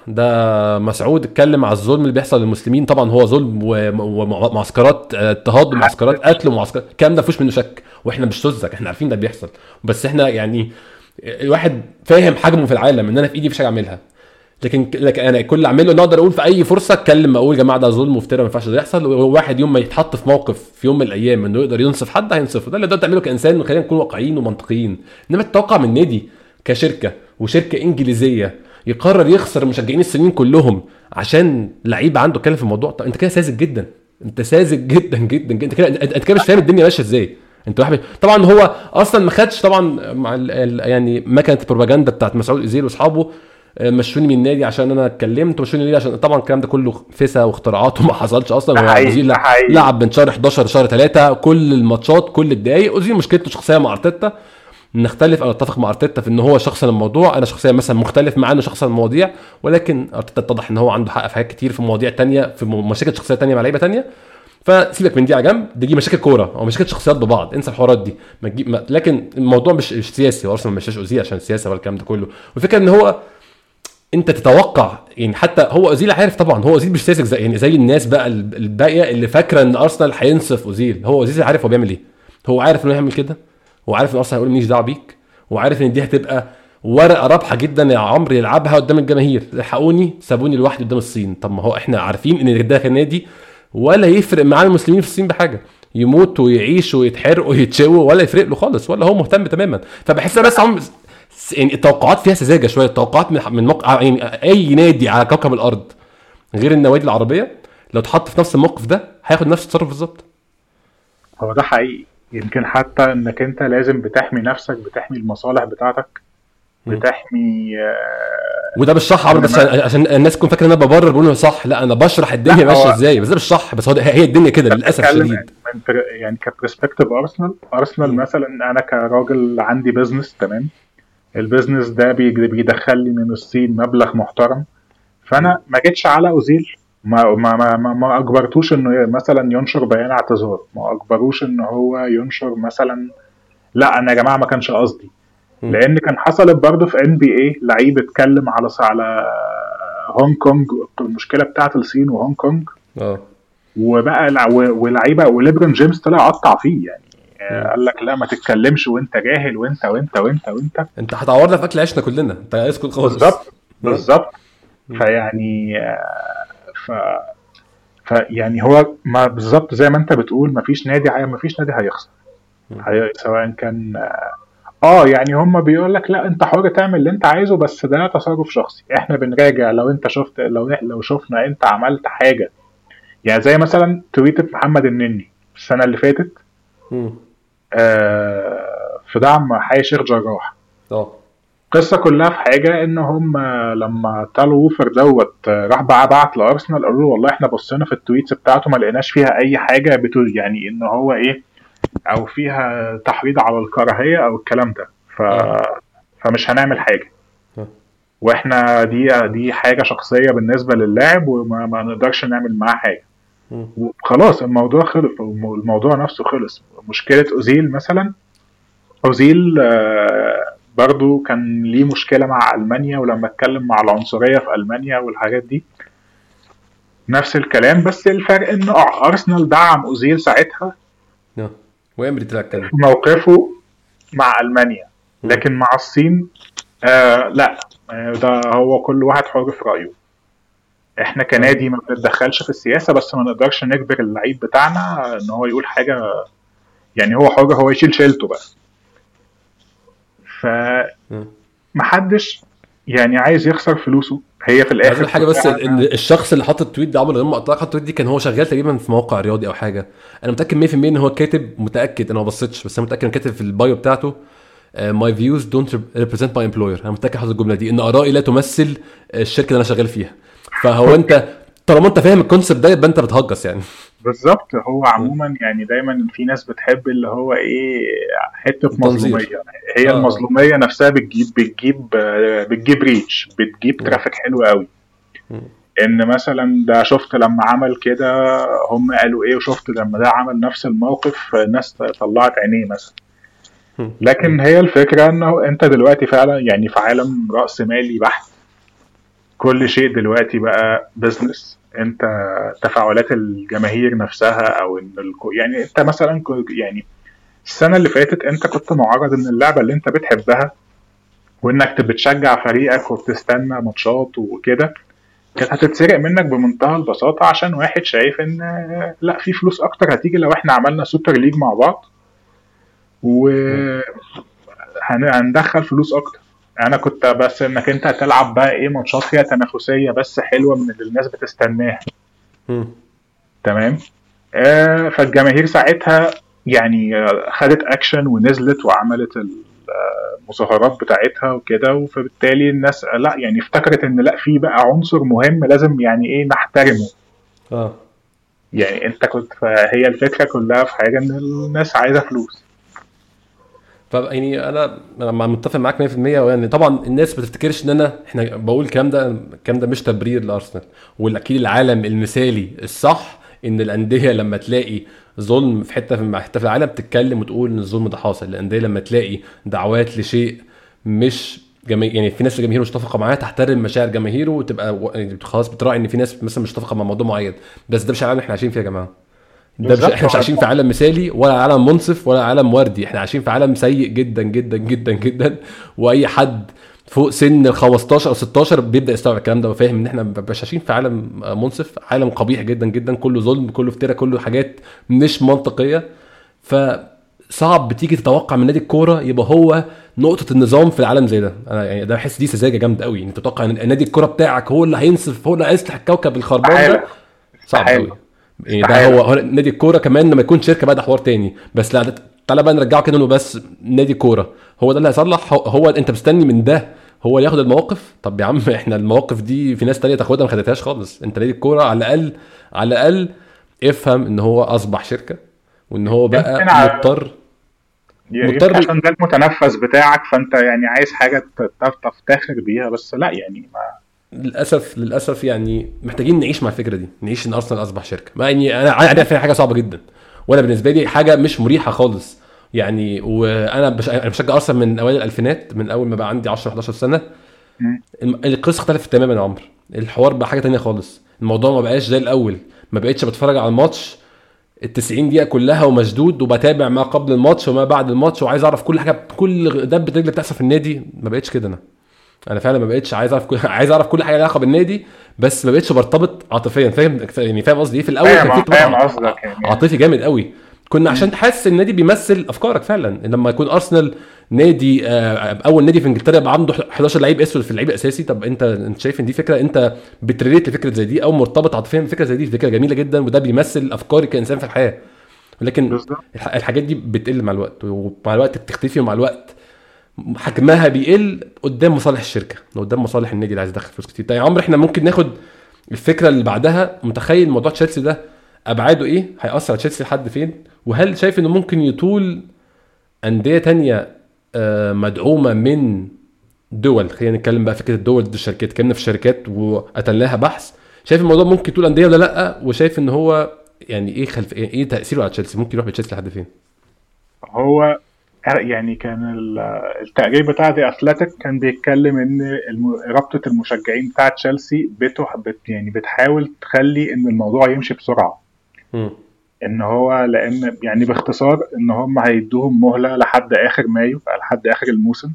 ده مسعود اتكلم على الظلم اللي بيحصل للمسلمين. طبعا هو ظلم وم- ومعسكرات اضطهاد ومعسكرات قتل ومعسكرات الكلام ده مفيش منه شك، واحنا مش سذج، احنا عارفين ده بيحصل. بس احنا يعني الواحد فاهم حجمه في العالم، ان انا في ايدي مفيش حاجه اعملها. لكن لكن انا كل اللي اعمله ان اقدر اقول في اي فرصه اتكلم، اقول يا جماعه ده ظلم وافتراء ما ينفعش ده يحصل. وواحد يوم ما يتحط في موقف في يوم من الايام انه يقدر ينصف حد هينصفه. ده اللي تقدر تعمله كانسان، وخلينا نكون واقعيين ومنطقيين. انما تتوقع من نادي كشركه وشركه انجليزيه يقرر يخسر المشجعين السنين كلهم عشان لعيب عنده كلام في الموضوع؟ طب انت كده ساذج جدا، انت ساذج جدا جدا جدا. انت كده انت كده مش فاهم الدنيا ماشيه ازاي. انت واحد طبعا هو اصلا ما خدش طبعا مع ال... ال- يعني ما كانت البروباغندا بتاعت مسعود اوزيل واصحابه مشوني من النادي عشان انا اتكلمت، مشوني ليه عشان طبعا الكلام ده كله فسا واختراعات وما حصلش اصلا. هو اوزيل لعب من شهر حداشر شهر ثلاثة كل الماتشات كل الدقايق. اوزيل مشكلته شخصيه مع ارتيتا، نختلف او اتفق مع ارتيتا في ان هو شخصا الموضوع، انا شخصيا مثلا مختلف معاه انه شخصا المواضيع، ولكن ارتيتا اتضح ان هو عنده حق في حاجات كتير في مواضيع تانية، في مشاكل شخصيه تانية مع لعيبه تانية. فسيبك من دي على جنب، دي مشاكل كوره او مشاكل شخصيات ببعض، انسى الحوارات دي ما تجيب ما... لكن الموضوع مش, مش سياسي، وارسنال ما مشاش اوزيل عشان السياسه ولا الكلام ده كله. والفكره ان هو انت تتوقع يعني، حتى هو اوزيل عارف طبعا، هو اوزيل مش ساذج زي يعني زي الناس بقى الباقيه اللي فاكره ان ارسنال هينصف اوزيل. هو اوزيل عارف هو بيعمل ايه، هو عارف انه يعمل كده، وعارف ان ارسنال هيقول ماليش دعوه بيك، وعارف ان دي هتبقى ورقه رابحه جدا يا عمرو يلعبها قدام الجماهير. الحقوني سابوني لوحدي قدام الصين. طب ما هو احنا عارفين ان ده كان نادي ولا يفرق معاه المسلمين في الصين بحاجه، يموت ويعيش ويتحرق ويتشوي ولا يفرق له خالص، ولا هو مهتم تماما. فبحس بس عم يعني التوقعات فيها سذاجه شويه، التوقعات من من موقع يعني اي نادي على كوكب الارض غير النوادي العربيه لو اتحط في نفس الموقف ده هياخد نفس التصرف بالظبط. هو ده حقيقي. يمكن حتى انك انت لازم بتحمي نفسك، بتحمي المصالح بتاعتك، بتحمي آه وده مش صح عمرو، بس عشان الناس تكون فاكره ان انا ببرر بقول صح، لا انا بشرح الدنيا ماشيه ازاي، بس ده مش صح، بس هو هي الدنيا كده للاسف الشديد. يعني كبرسبكتيف ارسنال ارسنال مثلا انا كراجل عندي بيزنس، تمام، البيزنس ده بيدخل لي من الصين مبلغ محترم، فانا ما جيتش على اوزيل، ما ما ما ما اجبرتوش انه مثلا ينشر بيان اعتذار، ما اجبروش ان هو ينشر مثلا لا انا يا جماعه ما كانش قصدي، لان كان حصلت برضه في ان بي اي لعيب اتكلم على على هونج كونج، المشكله بتاعه الصين وهونج كونج، اه وبقى ولعيبه وليبرون جيمس طلع قطع فيه يعني، مم. قال لك لا ما تتكلمش وانت جاهل وانت وانت وانت وانت انت هتعورنا في اكل عيشنا كلنا، انت اسكت خالص. بالظبط بالظبط. فيعني ف فيعني هو ما بالظبط زي ما انت بتقول، ما فيش نادي ما فيش نادي هيخسر، هي سواء كان اه يعني هم بيقول لك لا انت حر تعمل اللي انت عايزه، بس ده تصرف شخصي، احنا بنراجع لو انت شفت لو لو شفنا انت عملت حاجه، يعني زي مثلا تويتة محمد النني السنه اللي فاتت آه في دعم حي شيخ جراح. اه القصه كلها في حاجه ان هم لما طالوا ووفر دوت راح بقى بعت لارسنال قالوا له والله احنا بصينا في التويتس بتاعته ما لقيناش فيها اي حاجه بتقول يعني ان هو ايه او فيها تحريض على الكراهيه او الكلام ده، ف... فمش هنعمل حاجه، واحنا دي دي حاجه شخصيه بالنسبه للاعب وما ما نقدرش نعمل معاه حاجه، خلاص الموضوع خلص، الموضوع نفسه خلص. مشكله اوزيل مثلا، اوزيل برضو كان ليه مشكله مع المانيا، ولما اتكلم مع العنصريه في المانيا والحاجات دي نفس الكلام، بس الفرق ان ارسنال دعم اوزيل ساعتها وامري تتكلم موقفه مع المانيا، لكن مع الصين آه لا، ده هو كل واحد حر في رايه، احنا كنادي ما بنتدخلش في السياسه، بس ما نقدرش نجبر اللعيب بتاعنا ان هو يقول حاجه، يعني هو حر، هو يشيل شيلته بقى. ف محدش يعني عايز يخسر فلوسه، هي في الاخر حاجه بس ان الشخص اللي حط التويت ده عمل غير ما اطلق التويت دي كان هو شغال تقريبا في موقع رياضي او حاجه، انا متاكد مية في المية ان هو كاتب، متاكد انا ما بصيتش بس انا متاكد انه كاتب في البايو بتاعته my views don't represent my employer، انا متاكد حاطط الجمله دي ان ارائي لا تمثل الشركه اللي انا شغال فيها. فهو انت طالما انت فاهم الكونسبت ده يبقى انت بتهجس يعني. بالظبط. هو عموما يعني دايما في ناس بتحب اللي هو ايه حته مظلوميه، هي آه. المظلوميه نفسها بتجيب بتجيب بتجيب ريتش، بتجيب ترافيك حلو قوي. ان مثلا ده شفت لما عمل كده هم قالوا ايه، وشفت لما ده عمل نفس الموقف الناس طلعت عينيه مثلا. لكن هي الفكره انه انت دلوقتي فعلا يعني في عالم راس مالي بحت، كل شيء دلوقتي بقى بزنس. انت تفاعلات الجماهير نفسها او ان الكو يعني انت مثلا كو- يعني السنة اللي فاتت انت كنت معرض ان اللعبة اللي انت بتحبها وانك بتشجع فريقك وبتستنى ماتشات وكده كانت هتتسرق منك بمنتهى البساطة عشان واحد شايف ان آه، لا في فلوس اكتر هتيجي لو احنا عملنا سوبر ليج مع بعض مم. وهندخل فلوس اكتر. انا كنت بس انك انت هتلعب بقى ايه ماتشات فيها تنافسية بس حلوة من اللي الناس بتستناها. مم. تمام. آه، فالجماهير ساعتها يعني آه، خدت اكشن ونزلت وعملت المظاهرات بتاعتها وكده، فبالتالي الناس آه، لا يعني افتكرت ان لا في بقى عنصر مهم لازم يعني ايه نحترمه. اه يعني انت كنت فهي الفكرة كلها في حاجة ان الناس عايزة فلوس. ف يعني انا انا مع- متفق معاك مية في المية. يعني طبعا الناس ما تفتكرش ان انا احنا بقول الكلام ده الكلام ده مش تبرير لارسنال. والاكيد العالم المثالي الصح ان الانديه لما تلاقي ظلم في حته في حته في العالم تتكلم وتقول ان الظلم ده حاصل. الانديه لما تلاقي دعوات لشيء مش جماهير، يعني في ناس الجماهير مش متفقه معاه، تحترم مشاعر جماهيره وتبقى و- يعني خلاص بتراعي ان في ناس مثلا مش متفقه مع موضوع معين. بس ده مش العالم اللي احنا عايشين فيه يا جماعه. ده مش، بالظبط. احنا مش هو عايشين في عالم مثالي ولا عالم منصف ولا عالم وردي. احنا عايشين في عالم سيء جدا جدا جدا جدا. واي حد فوق سن ال خمستاشر او ستاشر بيبدا يستوعب الكلام ده وفاهم ان احنا مش عايشين في عالم منصف، عالم قبيح جدا جدا، كله ظلم كله افتراء كله حاجات مش منطقيه. فصعب بتيجي تتوقع من نادي الكوره يبقى هو نقطه النظام في العالم زي ده. انا يعني ده بحس دي سذاجه جامده قوي ان تتوقع ان نادي الكوره بتاعك هو اللي هينصف، هو اللي هيصلح الكوكب الخربان ده. استحالة. صعب قوي. استحالة. يعني ده هو استحالة. هو نادي الكوره كمان لما يكون شركه بقى ده حوار تاني. بس لا ده- تعالى بقى نرجعه كده انه بس نادي كوره هو ده اللي هيصلح. هو, هو انت مستني من ده هو اللي ياخد المواقف؟ طب يا عم احنا المواقف دي في ناس تانية تاخدها ما خدتهاش خالص. انت نادي الكوره على الاقل على الاقل افهم ان هو اصبح شركه وان هو يمكن بقى ع- مضطر يمكن مضطر عشان ده المتنفس بتاعك فانت يعني عايز حاجة ت- تفتخر بيها، بس لا يعني ما للاسف للاسف يعني محتاجين نعيش مع الفكره دي، نعيش ان ارسنال اصبح شركه. ما يعني انا عارف فيها حاجه صعبه جدا وانا بالنسبه لي حاجه مش مريحه خالص. يعني وانا بش... انا بشجع ارسنال من اوائل الالفينات، من اول ما بقى عندي عشرة حداشر سنه. مم. الم- القصه اختلفت تماما يا عمرو. الحوار بقى حاجه تانية خالص. الموضوع ما بقاش زي الاول. ما بقتش بتفرج على الماتش ال تسعين دقيقه كلها ومشدود وبتابع ما قبل الماتش وما بعد الماتش وعايز اعرف كل حاجه، كل دبه رجل بتحصل في النادي. ما بقتش كده. انا انا فعلا ما بقتش عايز اعرف كل... عايز اعرف كل حاجه لها علاقه بالنادي. بس ما بقتش برتبط عاطفيا. فاهم يعني فاهم قصدي ايه؟ في الاول كان في فاهم ارتباط فاهم عط- قصدك يعني. عاطفي جامد قوي. كنا مم. عشان تحس النادي بيمثل افكارك فعلا. لما يكون ارسنال نادي آه، اول نادي في انجلترا يبقى عنده حداشر لعيب اسود في اللعيب الاساسي. طب انت انت شايف ان دي فكره انت بتريليت لفكره زي دي او مرتبط عاطفيا بفكره زي دي؟ فكره جميله جدا وده بيمثل افكاري كانسان في الحياه. ولكن بالظبط. الح- الحاجات دي بتقل مع الوقت ومع الوقت بتختفي ومع الوقت حجمها بيقل قدام مصالح الشركه قدام مصالح النادي اللي عايز يدخل فلوس كتير. طيب يا عمرو احنا ممكن ناخد الفكره اللي بعدها. متخيل موضوع تشيلسي ده ابعاده ايه؟ هيأثر على تشيلسي لحد فين؟ وهل شايف انه ممكن يطول انديه تانية آه، مدعومه من دول؟ خلينا نتكلم بقى فكره الدول ضد الشركات. اتكلمنا في الشركات وقتلناها بحث. شايف الموضوع ممكن يطول انديه ولا لا؟ وشايف ان هو يعني ايه خلف ايه تاثيره على تشيلسي؟ ممكن يروح بتشيلسي لحد فين؟ هو يعني كان ال- التقرير بتاع دي اثليتيك كان بيتكلم ان الم- رابطة المشجعين بتاع تشيلسي بتح بت يعني بتحاول تخلي ان الموضوع يمشي بسرعة. مم. ان هو لان يعني باختصار ان هم هيدوهم مهلة لحد اخر مايو لحد اخر الموسم.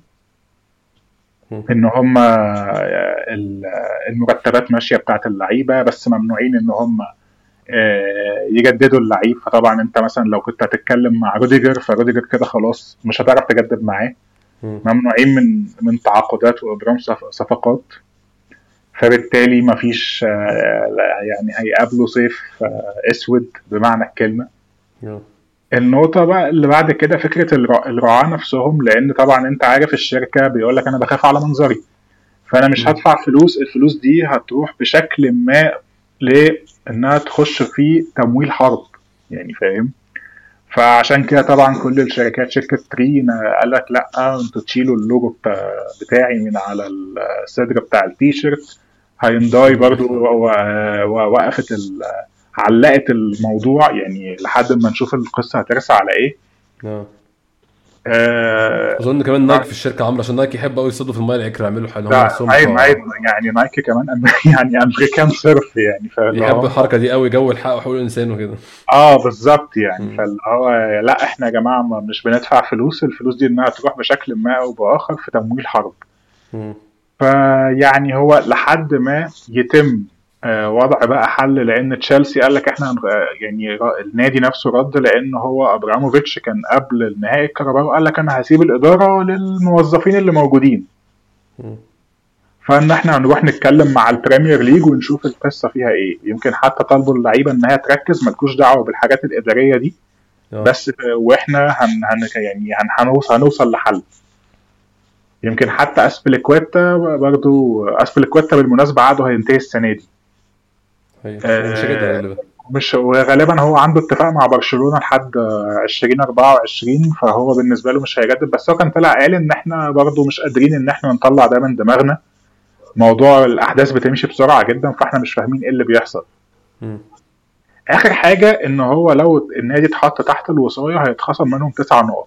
مم. ان هم ال- المرتبات ماشية بتاعت اللعيبة بس ممنوعين ان هم آه، يجددوا اللعيب. فطبعا انت مثلا لو كنت هتتكلم مع روديجر فروديجر كده خلاص مش هتعرف تجدد معاه. مم. ممنوعين من من تعاقدات وابرام صف- صفقات. فبالتالي مفيش آه، لا- يعني هيقابلوا صيف آه، اسود بمعنى الكلمه. يلا. النقطة بقى اللي بعد كده فكرة الرع- الرعاة نفسهم، لأن طبعا أنت عارف الشركة بيقول لك أنا بخاف على منظري. فأنا مش مم. هدفع فلوس، الفلوس دي هتروح بشكل ما لإنها تخش في تمويل حرب. يعني فاهم. فعشان كده طبعا كل الشركات شركة ترين قال لك لا انتوا تشيلوا اللوجو بتاع بتاعي من على الصدر بتاع التيشيرت. هينداي مم. برضو و- و- وقفت ال- علقت الموضوع يعني لحد ما نشوف القصة هترسى على ايه. آه. آه اظن كمان نايك في الشركه عامله، عشان نايك يحب قوي يصطادوا في الميه العكر، يعملوا حاجه هم ده نفسهم عين عين بتوع. يعني نايكي كمان أم- يعني امريكان صرف يعني، فاللي بيحبوا هو الحركه دي قوي، جو الحق وحقوق الانسان وكده. اه بالظبط يعني، مم. فاللي هو لا احنا يا جماعه ما- مش بندفع فلوس، الفلوس دي انها تروح بشكل ما او باخر في تمويل حرب. مم. فيعني هو لحد ما يتم آه، وضع بقى حل، لان تشيلسي قال لك احنا هنغ- آه، يعني ر- النادي نفسه رد، لان هو ابراموفيتش كان قبل النهائي الكهرباء وقال لك انا هسيب الاداره للموظفين اللي موجودين، مم. فان احنا هنروح نتكلم مع البريمير ليج ونشوف القصه فيها ايه. يمكن حتى طالبوا اللعيبه ان هي تركز مالكوش دعوه بالحاجات الاداريه دي، اه. بس آه، واحنا هن هن يعني هن هنوصل هنوصل لحل. يمكن حتى اسبليكويتا برضو، اسبليكويتا بالمناسبه عقده هينتهي السنه دي. هي ومش هجد آه، غالبا. مش وغالبا هو عنده اتفاق مع برشلونة لحد ألفين وأربعة وعشرين، فهو بالنسبة له مش هيجدد. بس هو كان طلع قال ان احنا برضو مش قادرين ان احنا نطلع ده من دماغنا، موضوع الاحداث بتمشي بسرعة جدا فاحنا مش فاهمين ايه اللي بيحصل. مم. اخر حاجة ان هو لو النادي اتحط تحت الوصاية هيتخصم منهم تسع نقط.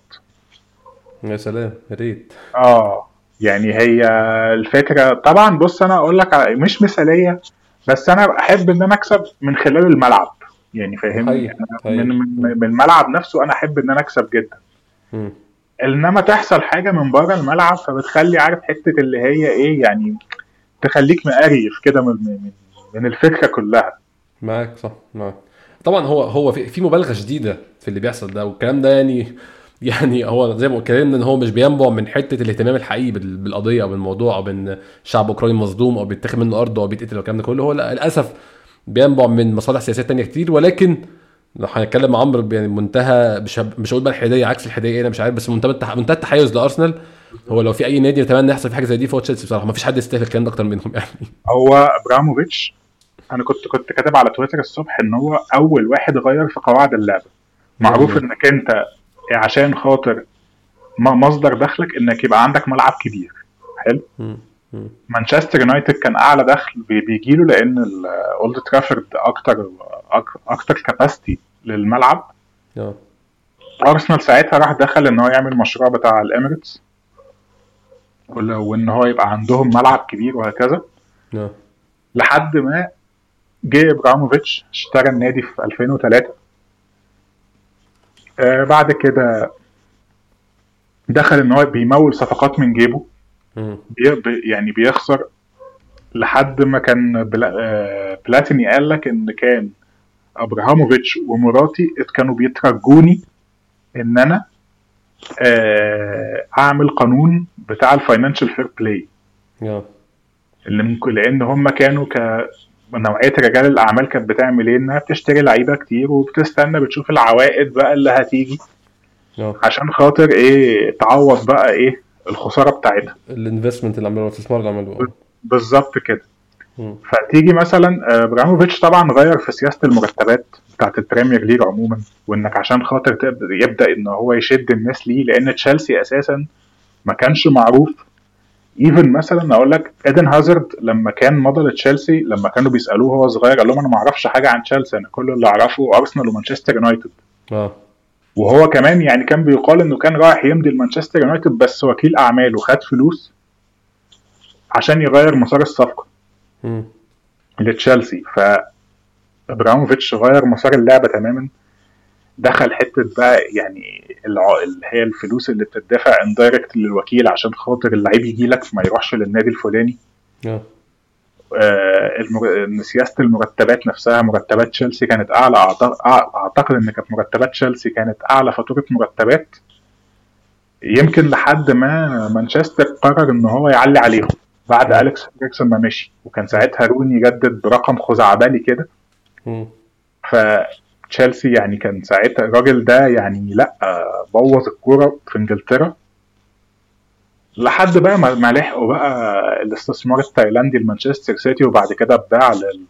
يا سلام، يا ريت. اه يعني هي الفكرة طبعا، بص انا اقول لك على- مش مثالية، بس انا احب ان انا اكسب من خلال الملعب، يعني فاهمني، حقيقي انا من حقيقي. من مم. من الملعب نفسه انا احب ان انا اكسب جدا. مم. انما تحصل حاجه من بره الملعب فبتخلي عارف حته اللي هي ايه يعني، تخليك مقريف كده من من من الفكره كلها. معاك صح، معاك. طبعا هو هو في, في مبالغه شديده في اللي بيحصل ده والكلام ده يعني. يعني هو زي ما اتكلمنا ان هو مش بينبع من حته الاهتمام الحقيقي بال- بالقضيه او بالموضوع، او بان شعب اوكراني مظلوم او بيتاخد منه ارضه او بيتقتل والكلام ده كله. هو لا- للاسف بينبع من مصالح سياسيه تانية كتير. ولكن لو هنتكلم مع عمرو يعني منتهى، مش هب- مش هقول بقى الحياديه، عكس الحياديه انا مش عارف، بس منتهى التح- منتهى التحيز لارسنال. هو لو في اي نادي يتمنى يحصل في حاجه زي دي فهو تشيلسي بصراحه، ما فيش حد يستاهل الكلام ده اكتر منهم يعني. هو ابراموفيتش، انا كنت كنت كاتب على تويتر الصبح ان هو اول واحد غير في قواعد اللعبه. معروف مية في المية. انك انت عشان خاطر م- مصدر دخلك انك يبقى عندك ملعب كبير. حلو. مم. مم. مانشستر يونايتد كان اعلى دخل بي- بيجيله لان اولد ترافورد اكتر أك- اكتر كاباسيتي للملعب. اه. ارسنال ساعتها راح دخل ان هو يعمل مشروع بتاع الاميريتس، وال- وان هو يبقى عندهم ملعب كبير وهكذا، اه. لحد ما جه ابراموفيتش اشترى النادي في ألفين وثلاثة. آه بعد كده دخل ان هو بيمول صفقات من جيبه، مم. بي بي- يعني بيخسر، لحد ما كان بلا آه بلاتيني قال لك ان كان ابراهاموفيتش ومراتي كانوا بيترجوني ان انا آه اعمل قانون بتاع الفاينانشال فير بلاي، اه. اللي ممكن لان هم كانوا ك نوعيه رجال الاعمال كانت بتعمل ايه، انها بتشتري لعيبه كتير وبتستنى بتشوف العوائد بقى اللي هتيجي اه. عشان خاطر ايه تعوض بقى ايه الخساره بتاعتها. الانفستمنت اللي عملوه، الاستثمار اللي عملوه. اه. بالظبط كده. مم. فتيجي مثلا آه، ابراهيموفيتش طبعا غير في سياسه المرتبات بتاعت البريمير ليج عموما، وانك عشان خاطر تبدا يبدا ان هو يشد الناس ليه، لان تشيلسي اساسا ما كانش معروف. ايفن مثلا اقول لك ايدن هازارد لما كان مضى لتشيلسي، لما كانوا بيسالوه وهو صغير قال لهم انا ما اعرفش حاجه عن تشيلسي، انا كل اللي اعرفه ارسنال ومانشستر يونايتد. اه. وهو كمان يعني كان بيقال انه كان رايح يمضي لمانشستر يونايتد، بس وكيل اعماله خد فلوس عشان يغير مسار الصفقه مم. لتشيلسي. فابراموفيتش غير مسار اللعبه تماما، دخل حته بقى يعني الع- اللي هي الفلوس اللي بتدفع اندايركت للوكيل عشان خاطر اللعيب يجي لك ما يروحش للنادي الفلاني. اه. آه، المر- إن سياسه المرتبات نفسها، مرتبات تشيلسي كانت اعلى، أعت- أع- اعتقد ان كانت مرتبات تشيلسي كانت اعلى فاتوره مرتبات، يمكن لحد ما مانشستر قرر ان هو يعلي عليهم بعد اه. اليكس فيرجسون ما مشي، وكان اه. ساعتها روني جدد برقم خزعبلي كده. مم. فتشيلسي يعني كان ساعتها الراجل ده يعني لا آه، بوظ الكوره في انجلترا، لحد بقى ما ما لحقوا بقى الاستثمار التايلاندي لمانشستر سيتي، وبعد كده اتباع لل-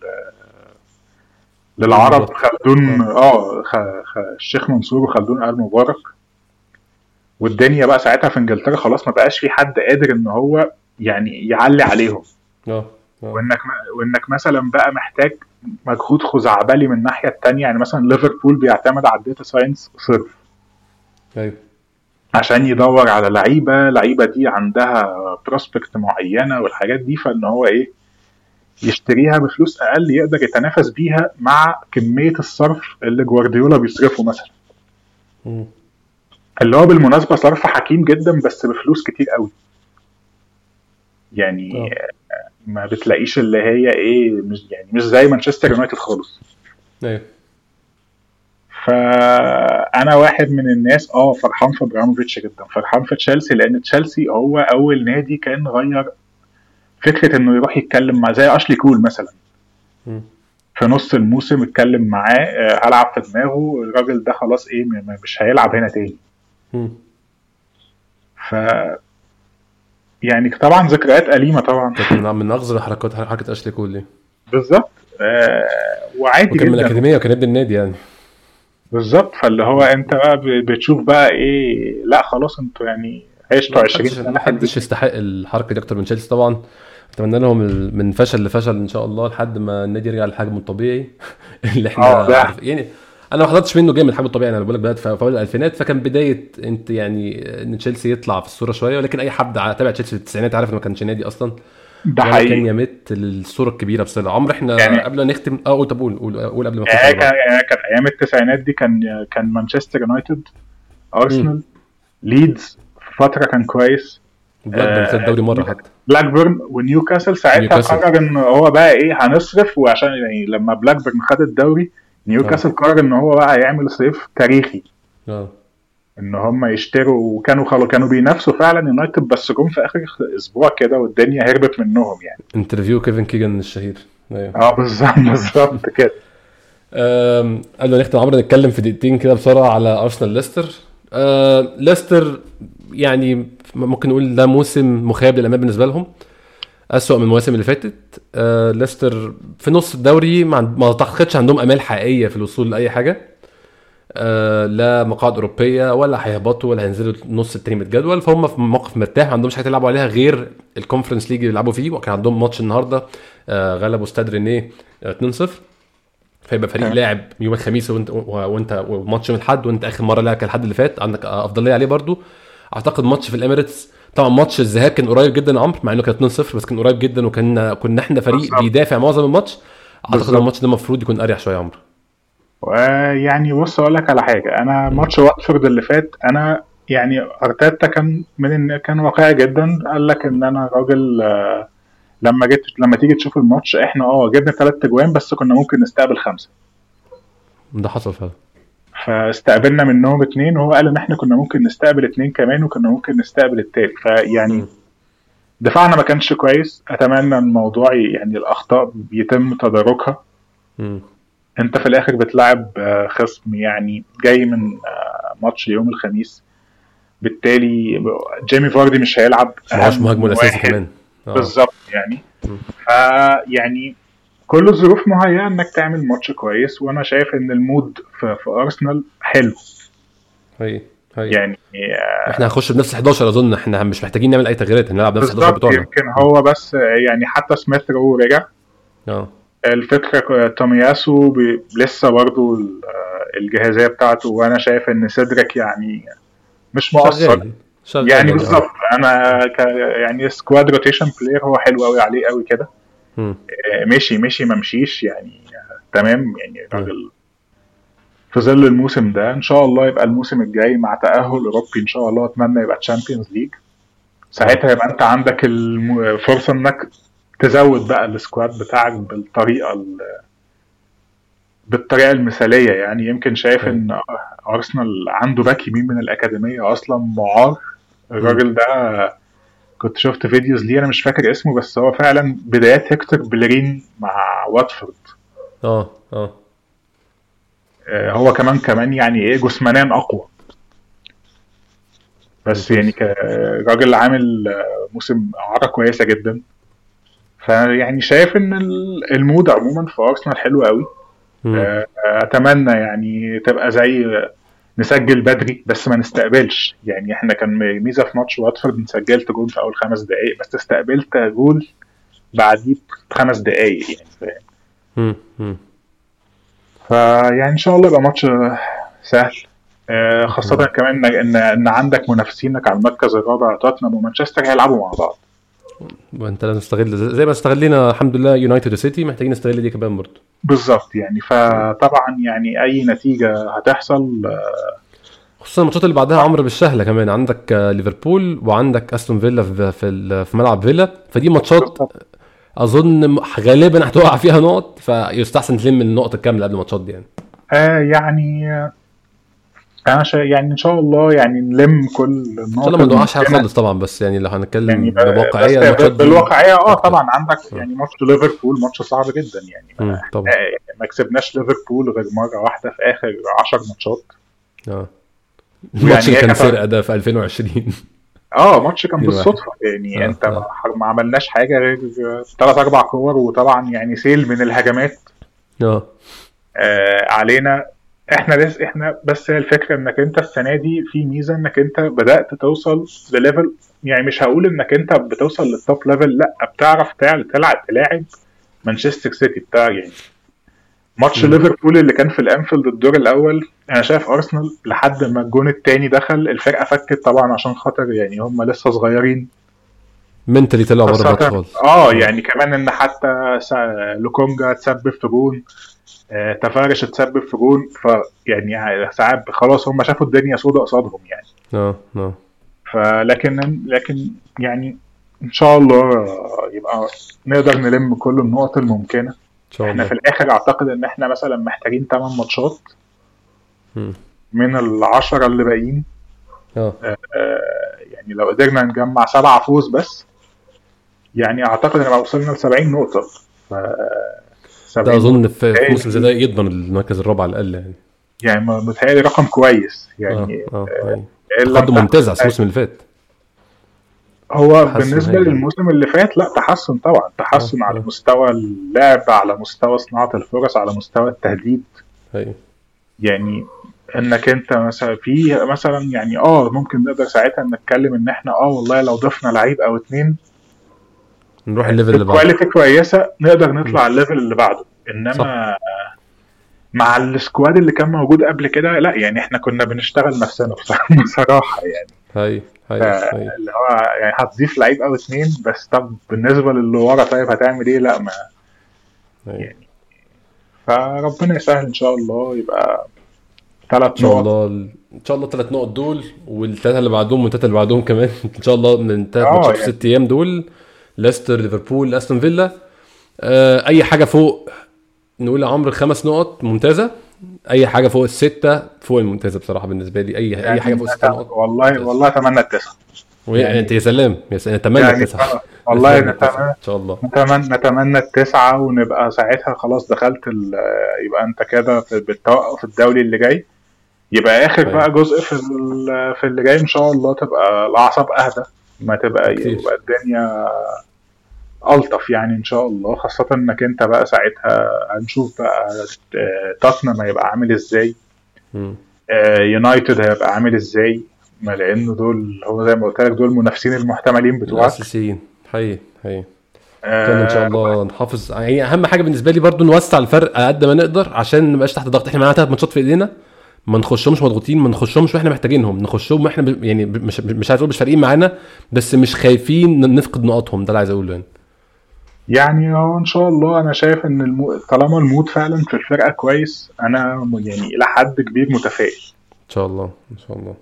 للعرب الامارات. خلدون اه. اه خ- خ- الشيخ منصور وخلدون آل مبارك. والدنيا بقى ساعتها في انجلترا خلاص ما بقاش في حد قادر ان هو يعني يعلي عليهم، اه. اه. وانك وانك مثلا بقى محتاج مجهود خزعبلي من الناحيه التانية. يعني مثلا ليفربول بيعتمد على الداتا ساينس صرف، ايوه. عشان يدور على لعيبه لعيبه دي عندها بروسبكت معينه والحاجات دي، فان هو ايه يشتريها بفلوس اقل يقدر يتنافس بيها مع كميه الصرف اللي جوارديولا بيصرفه مثلا، مم. اللي هو بالمناسبه صرف حكيم جدا بس بفلوس كتير قوي يعني. اه ما بتلاقيش اللي هي ايه، مش يعني مش زي مانشستر يونايتد خالص. ايوه فانا واحد من الناس اه فرحان في ابراموفيتش جدا، فرحان في تشيلسي، لان تشيلسي هو اول نادي كان غير فكره انه يروح يتكلم مع زي اشلي كول مثلا. مم. في نص الموسم اتكلم معاه، آه، هلعب في دماغه الراجل ده خلاص ايه، م- م- مش هيلعب هنا تاني. مم. ف يعني طبعا ذكريات أليمة طبعا. كانت من من اغزر الحركات حركه اشلي كول دي، بالظبط. آه وعادي وكان من جدا. الاكاديميه وكان ابن النادي يعني. بالظبط، فاللي هو انت بقى ب- بتشوف بقى ايه، لا خلاص انتوا يعني لا عشتوا عشرين محدش سنة حلوين. محدش يستحق الحركه دي اكتر من تشيلسي طبعا. اتمنى لهم ال- من فشل لفشل ان شاء الله لحد ما النادي يرجع لحجمه الطبيعي اللي اه احنا ده عارف يعني. انا ما حضرتش منه جامد الحجم الطبيعي، انا بقول لك بدات في في اول الالفينات، فكان بدايه انت يعني ان تشيلسي يطلع في الصوره شويه، ولكن اي حد ع- تابع تشيلسي في التسعينات عارف انه ما كانش نادي اصلا، ده ولا كان حقيقي. يمت للصوره الكبيره بصله. عمر احنا يعني قبل ما نختم اه قول، طب قول قول قول قبل ما نخش يعني على كان بعض. يعني كان ايام التسعينات دي كان كان مانشستر يونايتد، امم ارسنال، ليدز في فترة كان كويس. بلاك بيرن خد آه الدوري مره حتى. بلاك بيرن ونيوكاسل ساعتها نيوكاسل قرر ان هو بقى ايه هنصرف، وعشان يعني لما بلاك بيرن خد الدوري اه نيوكاسل قرر ان هو بقى يعمل صيف تاريخي، اه ان هم يشتروا، وكانوا خلوا كانوا بينافسوا فعلا يونايتد، بس جم في اخر اسبوع كده والدنيا هربت منهم يعني. انترفيو كيفن كيجن الشهير. ايوه. اه بالظبط بالظبط كده. أم، قبل ما نختم عمرو نتكلم في دقيقتين كده بسرعه على ارسنال ليستر. أه ليستر يعني ممكن نقول ده موسم مخيب للامال بالنسبه لهم، اسوأ من المواسم اللي فاتت. أه ليستر في نص الدوري ما عند- ما اعتقدش عندهم امال حقيقيه في الوصول لاي حاجه. أه لا مقاعد اوروبيه ولا هيهبطوا ولا هينزلوا النص التاني من الجدول، فهم في موقف مرتاح، ما عندهمش حاجه يلعبوا عليها غير الكونفرنس ليج اللي بيلعبوا فيه، وكان عندهم ماتش النهارده أه غلبوا استاد رينيه آه، اتنين صفر. فيبقى فريق تمام. لاعب يوم الخميس وانت وانت وماتش يوم الاحد، وانت اخر مره لعب كان الحد اللي فات، عندك افضليه عليه برضو. اعتقد ماتش في الاميريتس طبعا ماتش الذهاب كان قريب جدا يا عمرو، مع انه كان اتنين صفر بس كان قريب جدا، وكان كنا احنا فريق بالظبط بيدافع معظم الماتش. اعتقد بالظبط. الماتش ده المفروض يكون اريح شويه يا عمرو. ويعني بص اقول لك على حاجه، انا ماتش واتفورد اللي فات انا يعني ارتيتا كان من إن كان واقعي جدا، قال لك ان انا راجل، آه، لما جيت لما تيجي تشوف الماتش احنا اه جبنا ثلاث اجوان بس كنا ممكن نستقبل خمسه، ده حصل فعلا. فاستقبلنا منهم اتنين، وهو قال ان احنا كنا ممكن نستقبل اتنين كمان وكنا ممكن نستقبل التالت. فيعني مم. دفاعنا ما كانش كويس، اتمنى الموضوع ي- يعني الاخطاء بيتم تداركها. مم. انت في الاخر بتلعب آه، خصم يعني جاي من آه، ماتش يوم الخميس، بالتالي جيمي فاردي مش هيلعب ما هوش اهم مهاجمه الاساسي واحد. كمان. اه. بالظبط يعني. مم. فيعني كل الظروف مهيئة انك تعمل ماتش كويس، وانا شايف ان المود في, في ارسنال حلو هي هي يعني. آه، احنا هنخش بنفس احداشر اظن، احنا مش محتاجين نعمل اي تغييرات، هنلعب نفس احداشر بالظبط، بتوعنا. يمكن مم. هو بس آه، يعني حتى سميث رو رجع. اه الفكرة تومياسو ب- لسه برضو ال- آه، الجاهزية بتاعته، وانا شايف ان سيدريك يعني مش مؤثر. شغال شغال يعني يعني اه. بالظبط، انا ك يعني سكواد روتيشن بلاير هو حلو قوي عليه قوي كده. مم. آه، مشي مشي ما مشيش يعني، آه، تمام يعني مم. راجل. في ظل الموسم ده ان شاء الله يبقى الموسم الجاي مع تأهل اوروبي ان شاء الله، اتمنى يبقى تشامبيونز ليج. يا رب. ساعتها يبقى انت عندك الفرصة انك تزود بقى السكواد بتاعك بالطريقة ال- بالطريقة المثالية يعني. يمكن شايف هي. ان ارسنال عنده باك يمين من الأكاديمية اصلا معار. مم. الراجل ده كنت شفت فيديوز ليه، انا مش فاكر اسمه، بس هو فعلا بدايات هيكتور بلرين مع واتفورد. اه اه آه، هو كمان كمان يعني ايه جسمانيا اقوى، بس يعني ممتاز. كراجل عامل آه، موسم اعاره كويسه جدا. فيعني شايف ان ال- المود عموما في ارسنال حلو قوي. مم. آه، اتمنى يعني تبقى زي نسجل بدري بس ما نستقبلش يعني. احنا كان ميزه في ماتش واتفورد سجلت جول في اول خمس دقائق بس استقبلت جول بعديه بخمس دقائق يعني، فاهم؟ مم. مم. فيعني ان شاء الله يبقى ماتش سهل آه، خاصة تمام. كمان ان ان عندك منافسينك على المركز الرابع توتنهام ومانشستر هيلعبوا مع بعض. وانت لازم تستغل زي زي ما استغلينا الحمد لله يونايتد وسيتي، محتاجين نستغل دي كمان برضه. بالظبط يعني، فطبعا يعني اي نتيجة هتحصل. خصوصا الماتشات اللي بعدها عمرو بالسهله كمان، عندك آه، ليفربول وعندك استون فيلا في في, ال- في ملعب فيلا، فدي ماتشات اظن م- غالبا هتوقع فيها نقط، فيستحسن تلم النقط الكامله قبل الماتشات دي يعني. آه يعني آه، انا شا يعني ان شاء الله يعني نلم كل ان شاء الله النقط ما نوقعش حاجه الممكنة. خالص طبعا، بس يعني لو يعني هنتكلم ب- بس بواقعيه الماتشات ب- دي بالواقعية اه اكتر. طبعا عندك اه. يعني ماتش ليفربول ماتش صعب جدا يعني. ما امم طبعا. آه، ما كسبناش ليفربول غير مرة واحدة في اخر عشر ماتشات. اه. الماتش ويعني اللي هي كان كانت سرقه ده في ألفين وعشرين. اه ماتش كان اتنين واحد. بالصدفة يعني، اه انت ما اه ما عملناش حاجة غير ثلاث اربع كور، وطبعا يعني سيل من الهجمات اه. آه علينا. احنا لسه احنا بس هي الفكرة انك انت السنة دي في ميزة انك انت بدأت توصل لليفل، يعني مش هقول انك انت بتوصل للتوب ليفل، لا بتعرف تلعب تلعب تلاعب مانشستر سيتي بتاع يعني. ماتش امم ليفربول اللي كان في الانفيلد الدور الاول، انا شايف ارسنال لحد ما الجون التاني دخل الفرقة فكت طبعا، عشان خاطر يعني هم لسه صغيرين. منتلي طلع بره الماتش خاصة خالص. اه اه. يعني كمان ان حتى سا- لوكونجا تسبب في جون، آه، تفارش تسبب في جون، فيعني ساعات خلاص هم شافوا الدنيا سودة قصادهم يعني. اه اه فلكن لكن يعني ان شاء الله يبقى نقدر نلم كل النقط الممكنة. ان شاء احنا الله. في الاخر اعتقد ان احنا مثلا محتاجين ثمانية ماتشات امم من العشرة اللي باقيين. اه. آه، يعني لو قدرنا نجمع سبعة فوز بس، يعني اعتقد ان وصلنا ل سبعين نقطة. ف ده سبعين اظن نقطة في في موسم زي ده متهيألي، يضمن المركز الرابع على الاقل يعني. يعني متهيألي رقم كويس اه يعني. اه ايوه. الا تقدم انت ممتاز على الموسم اللي فات. هو تحسن بالنسبة هايل يعني. للموسم اللي فات لا تحسن طبعا، اه تحسن على اه مستوى اللعب، على مستوى صناعة الفرص، على مستوى التهديد. ايوه. يعني انك انت مثلا في مثلا يعني اه ممكن نقدر ساعتها نتكلم ان احنا اه والله لو ضفنا لعيب او اتنين نروح الليفل اللي بعده. بكواليتي كويسة نقدر مم. نطلع على الليفل اللي بعده. صح. انما مع السكواد اللي كان موجود قبل كده لا، يعني احنا كنا بنشتغل نفسنا بصراحة يعني. هاي هاي هاي. فاللي هو يعني هتضيف لعيب او اتنين بس، طب بالنسبة للي ورا طيب هتعمل ايه؟ لا ما هاي. يعني. فربنا يسهل ان شاء الله يبقى ثلاث ان شاء نقط. الله ان شاء الله ثلاث نقط دول، والثلاثه اللي بعدهم والثلاثه اللي بعدهم كمان. ان شاء الله من ثلاث اه ماتشات في يعني ست ايام دول، ليستر ليفربول استون فيلا. آه اي حاجه فوق نقول يا عمرو خمس نقط ممتازه، اي حاجه فوق السته فوق الممتازه بصراحه بالنسبه لي، اي اي حاجه يعني فوق الست نت- نقط والله ممتازه. والله اتمنى التسعة وهي انت يعني. يا سلام يا سلام، نتمنى يعني التسعه. آه، والله نتمنى التسعه نتمنى ان شاء الله. نتمنى نتمنى التسعة، ونبقى ساعتها خلاص دخلت ال- يبقى انت كده في- بالتوقف الدولي اللي جاي، يبقى اخر ايوه بقى جزء في ال- في اللي جاي ان شاء الله تبقى الاعصاب اهدى، ما تبقى بكتير. يبقى الدنيا الطف يعني ان شاء الله. خاصة انك انت بقى ساعتها هنشوف بقى آه، توتنهام هيبقى عامل ازاي، مم. آه، يونايتد هيبقى عامل ازاي، ما لانه دول هو زي ما قلت لك دول المنافسين المحتملين بتوعك. الاساسيين. حقيقي حقيقي. يلا ان شاء آه، الله نحافظ، يعني اهم حاجه بالنسبه لي برضو نوسع الفرق على قد ما نقدر عشان ما نبقاش تحت ضغط. احنا معانا ثلاث ماتشات في ايدينا، ما نخشهمش مضغوطين، ما نخشهمش واحنا محتاجينهم، نخشهم واحنا ب... يعني ب- مش مش عايز اقول مش فارقين معانا، بس مش خايفين ن- نفقد نقاطهم، ده اللي عايز اقوله يعني. يعني هو ان شاء الله انا شايف ان المو... طالما المود فعلا في الفرقة كويس، انا م- يعني الى حد كبير متفائل. ان شاء الله ان شاء الله.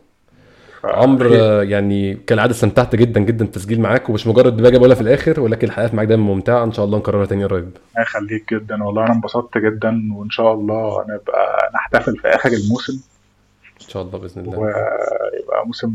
عمرو فخير. آه، يعني كالعاده استمتعت جدا جدا التسجيل معاك، ومش مجرد باجي بقولها في الاخر، ولكن الحلقات معاك دايما ممتعه، ان شاء الله نكررها تاني قريب. يخليك جدا والله، انا انبسطت جدا، وان شاء الله نبقى نحتفل في اخر الموسم ان شاء الله باذن الله. ويبقى موسم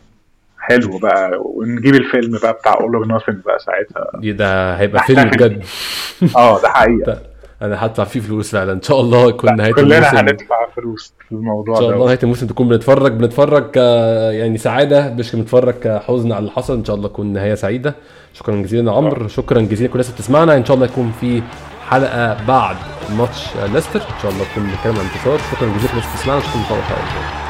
حلو بقى، ونجيب الفيلم بقى بتاع اول اور نوثينج بقى ساعتها دي ده هيبقى فيلم نحتفل بجد. بيه. اه ده حقيقة. ده انا هدفع فيه فلوس فعلا ان شاء الله، يكون نهايه كلنا الموسم. هندفع فلوس في الموضوع ان شاء ده. الله نهايه الموسم تكون بنتفرج بنتفرج ك يعني سعاده، مش بنتفرج كحزن على اللي حصل. ان شاء الله تكون نهايه سعيده. شكرا جزيلا يا عمرو، شكرا جزيلا كل الناس اللي بتسمعنا. ان شاء الله يكون في حلقه بعد ماتش ليستر، ان شاء الله تكون بنتكلم عن انتصار. شكرا جزيلا كل الناس اللي بتسمعنا، شكرا لكم.